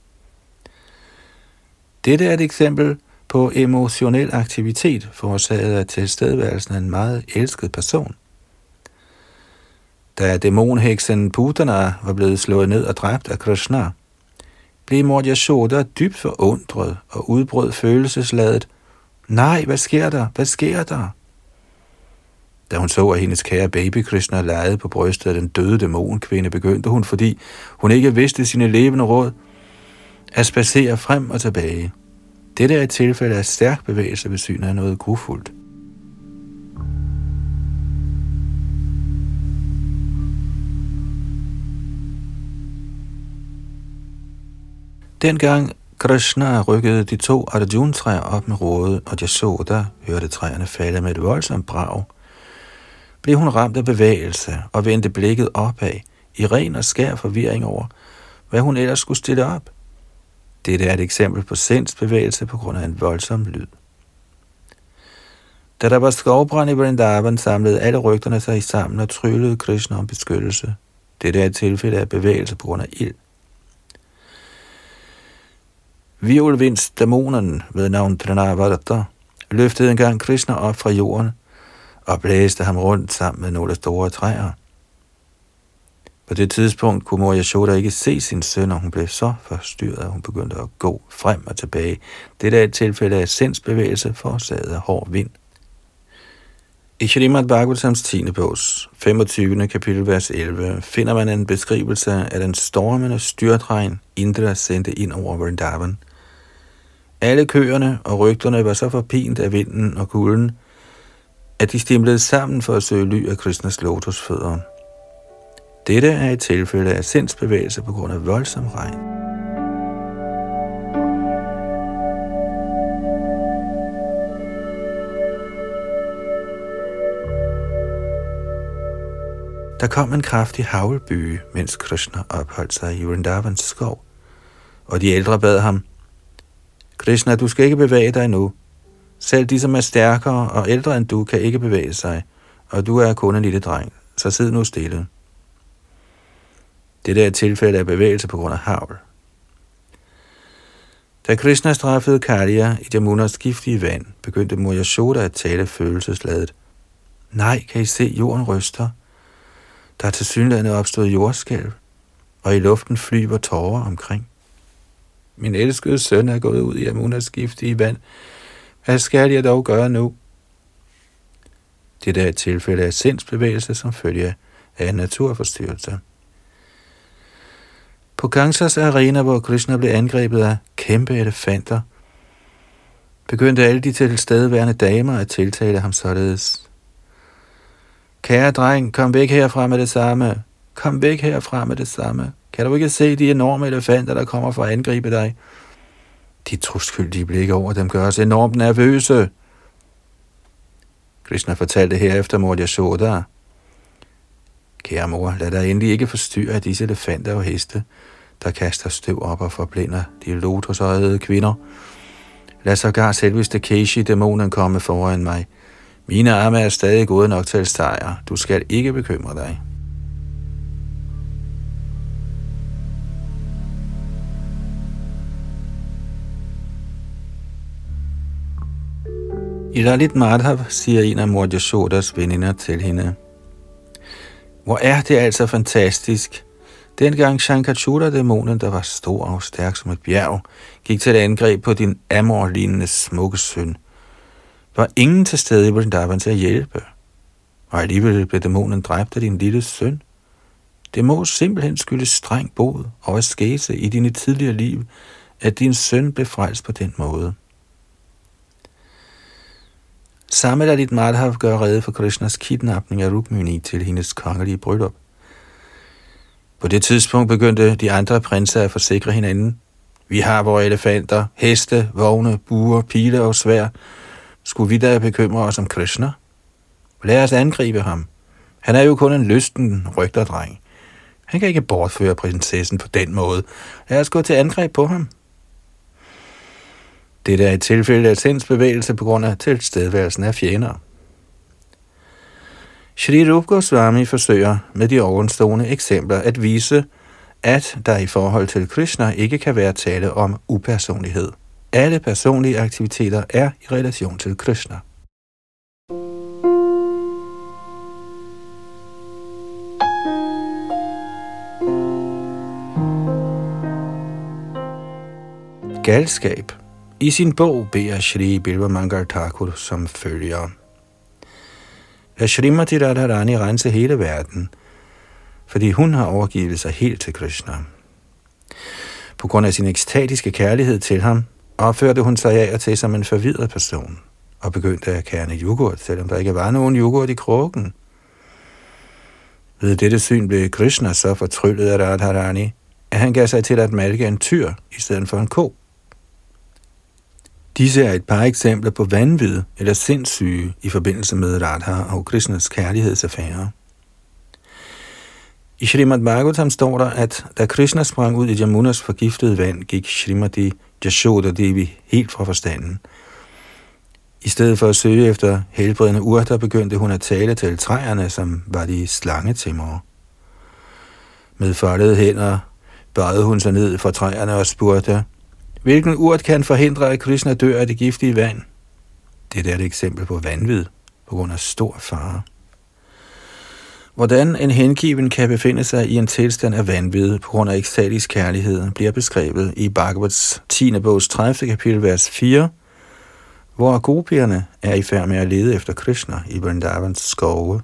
Dette er et eksempel på emotionel aktivitet forårsaget af tilstedeværelsen af en meget elsket person. Da dæmonheksen Putana var blevet slået ned og dræbt af Krishna, blev mor Yashoda dybt forundret og udbrød følelsesladet: Nej, hvad sker der? Hvad sker der? Da hun så, at hendes kære baby Krishna legede på brystet af den døde dæmonkvinde, begyndte hun, fordi hun ikke vidste sine levende råd, at spacere frem og tilbage. Dette er et tilfælde af stærk bevægelse ved synet af noget grufuldt. Dengang Krishna rykkede de 2 Arjun-træer op med rådet, og Yashoda hørte træerne falde med et voldsomt brag, blev hun ramt af bevægelse og vendte blikket opad i ren og skær forvirring over, hvad hun ellers skulle stille op. Dette er et eksempel på sindsbevægelse på grund af en voldsom lyd. Da der var skovbrand i Vrindavan, samlede alle rygterne sig sammen og tryllede Krishna om beskyttelse. Dette er et tilfælde af bevægelse på grund af ild. Virvelvindsdæmonen ved navn Trinavarta løftede engang Krishna op fra jorden og blæste ham rundt sammen med nogle store træer. På det tidspunkt kunne mor Yashoda ikke se sin søn, og hun blev så forstyrret, at hun begyndte at gå frem og tilbage. Dette er et tilfælde af sindsbevægelse forårsaget af hård vind. I Srimad Bhagavatams 10. bogs 25. kapitel, vers 11, finder man en beskrivelse af den stormende styrtregn, Indra sendte ind over Vrindavan. Alle køerne og rygterne var så forpint af vinden og kulden, at de stimlede sammen for at søge ly af Krishnas lotusfødder. Dette er et tilfælde af sindsbevægelse på grund af voldsom regn. Der kom en kraftig haglbyge, mens Krishna opholdt sig i Vrindavans skov, og de ældre bad ham: Krishna, du skal ikke bevæge dig nu. Selv de, som er stærkere og ældre end du, kan ikke bevæge sig, og du er kun en lille dreng, så sid nu stille. Dette er et tilfælde af bevægelse på grund af hagl. Da Krishna straffede Kaliya i Jamunas giftige vand, begyndte mor Yashoda at tale følelsesladet: Nej, kan I se, jorden ryster? Der er tilsyneladende opstået jordskælv, og i luften flyver tårer omkring. Min elskede søn er gået ud i Jamunas giftige vand. Hvad skal jeg dog gøre nu? Det er et tilfælde af sindsbevægelse som følge af en naturforstyrrelse. På Kansas arena, hvor Krishna blev angrebet af kæmpe elefanter, begyndte alle de tilstedeværende damer at tiltale ham således. Kære dreng, kom væk herfra med det samme. Kom væk herfra med det samme. Kan du ikke se de enorme elefanter, der kommer for at angribe dig? De troskyldige blikke over dem gør os enormt nervøse. Krishna fortalte herefter mor Yashoda: Kære mor, lad dig endelig ikke forstyrre af disse elefanter og heste, der kaster støv op og forblinder de lotusøjede kvinder. Lad sågar selveste Keshi-dæmonen komme foran mig. Mine arme er stadig gode nok til sejr. Du skal ikke bekymre dig. I Lalit Madhav siger en af mor Yashodas veninder til hende: Hvor er det altså fantastisk. Dengang Shankachura-dæmonen, der var stor og stærk som et bjerg, gik til et angreb på din Amor-lignende smukke søn, var ingen til stede i Vrindavan til at hjælpe. Og alligevel blev dæmonen dræbt af din lille søn. Det må simpelthen skyldes streng bod og askese i dine tidligere liv, at din søn blev frelst på den måde. Samme Lalit Madhav gør rede for Krishnas kidnapning af Rukmini til hendes kongelige bryllup. På det tidspunkt begyndte de andre prinser at forsikre hinanden. Vi har vores elefanter, heste, vogne, buer, pile og svær. Skulle vi da bekymre os om Krishna? Lad os angribe ham. Han er jo kun en lysten rygterdreng. Han kan ikke bortføre prinsessen på den måde. Lad os gå til angreb på ham. Dette er et tilfælde af sindsbevægelse på grund af tilstedeværelsen af fjender. Shri Rupa Goswami forsøger med de ovenstående eksempler at vise, at der i forhold til Krishna ikke kan være tale om upersonlighed. Alle personlige aktiviteter er i relation til Krishna. Galskab. I sin bog beder Shri Bilva Mangal Thakur som følger: Lad Shrimati Radharani rense hele verden, fordi hun har overgivet sig helt til Krishna. På grund af sin ekstatiske kærlighed til ham, opførte hun sig af og til som en forvirret person, og begyndte at kærne yoghurt, selvom der ikke var nogen yoghurt i krukken. Ved dette syn blev Krishna så fortryllet af Radharani, at han gav sig til at malke en tyr i stedet for en ko. Disse er et par eksempler på vanvid eller sindssyge i forbindelse med Radha og Krishnas kærlighedsaffære. I Srimad Bhagavatam står der, at da Krishna sprang ud i Yamunas forgiftede vand, gik Shrimati Yashoda Devi helt fra forstanden. I stedet for at søge efter helbredende urter, begyndte hun at tale til træerne, som var de slangetæmmere. Med foldede hænder bøjede hun sig ned for træerne og spurgte: Hvilken urt kan forhindre, at Krishna dør af det giftige vand? Det er et eksempel på vanvid på grund af stor fare. Hvordan en hengiven kan befinde sig i en tilstand af vanvid på grund af ekstatisk kærlighed, bliver beskrevet i Bhagavats 10. bogs 30. kapitel, vers 4, hvor gopierne er i færd med at lede efter Krishna i Vrindavans skove.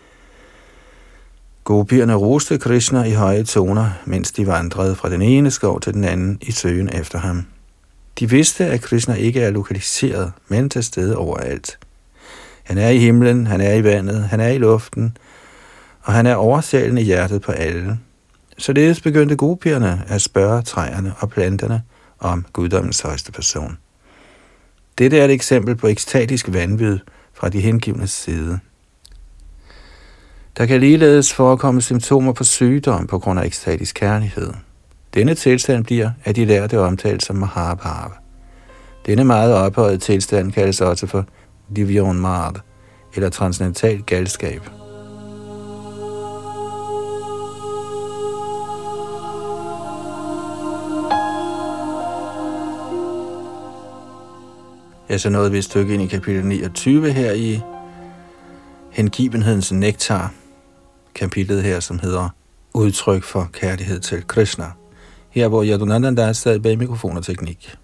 Gopierne roste Krishna i høje toner, mens de vandrede fra den ene skov til den anden i søgen efter ham. De vidste, at Krishna ikke er lokaliseret, men til stede overalt. Han er i himlen, han er i vandet, han er i luften, og han er oversælende i hjertet på alle. Således begyndte gopierne at spørge træerne og planterne om guddommens højeste person. Dette er et eksempel på ekstatisk vanvid fra de hengivnes side. Der kan ligeledes forekomme symptomer på sygdom på grund af ekstatisk kærlighed. Denne tilstand bliver af de lærte omtalt som Mahabhava. Denne meget ophøjede tilstand kaldes også for Divyounmad, eller transcendental galskab. Jeg er så nået et stykke ind i kapitel 29 her i Hengivenhedens nektar, kapitlet her, som hedder Udtryk for kærlighed til Krishna. Her hvor Yadunandan sad bag mikrofon og teknik.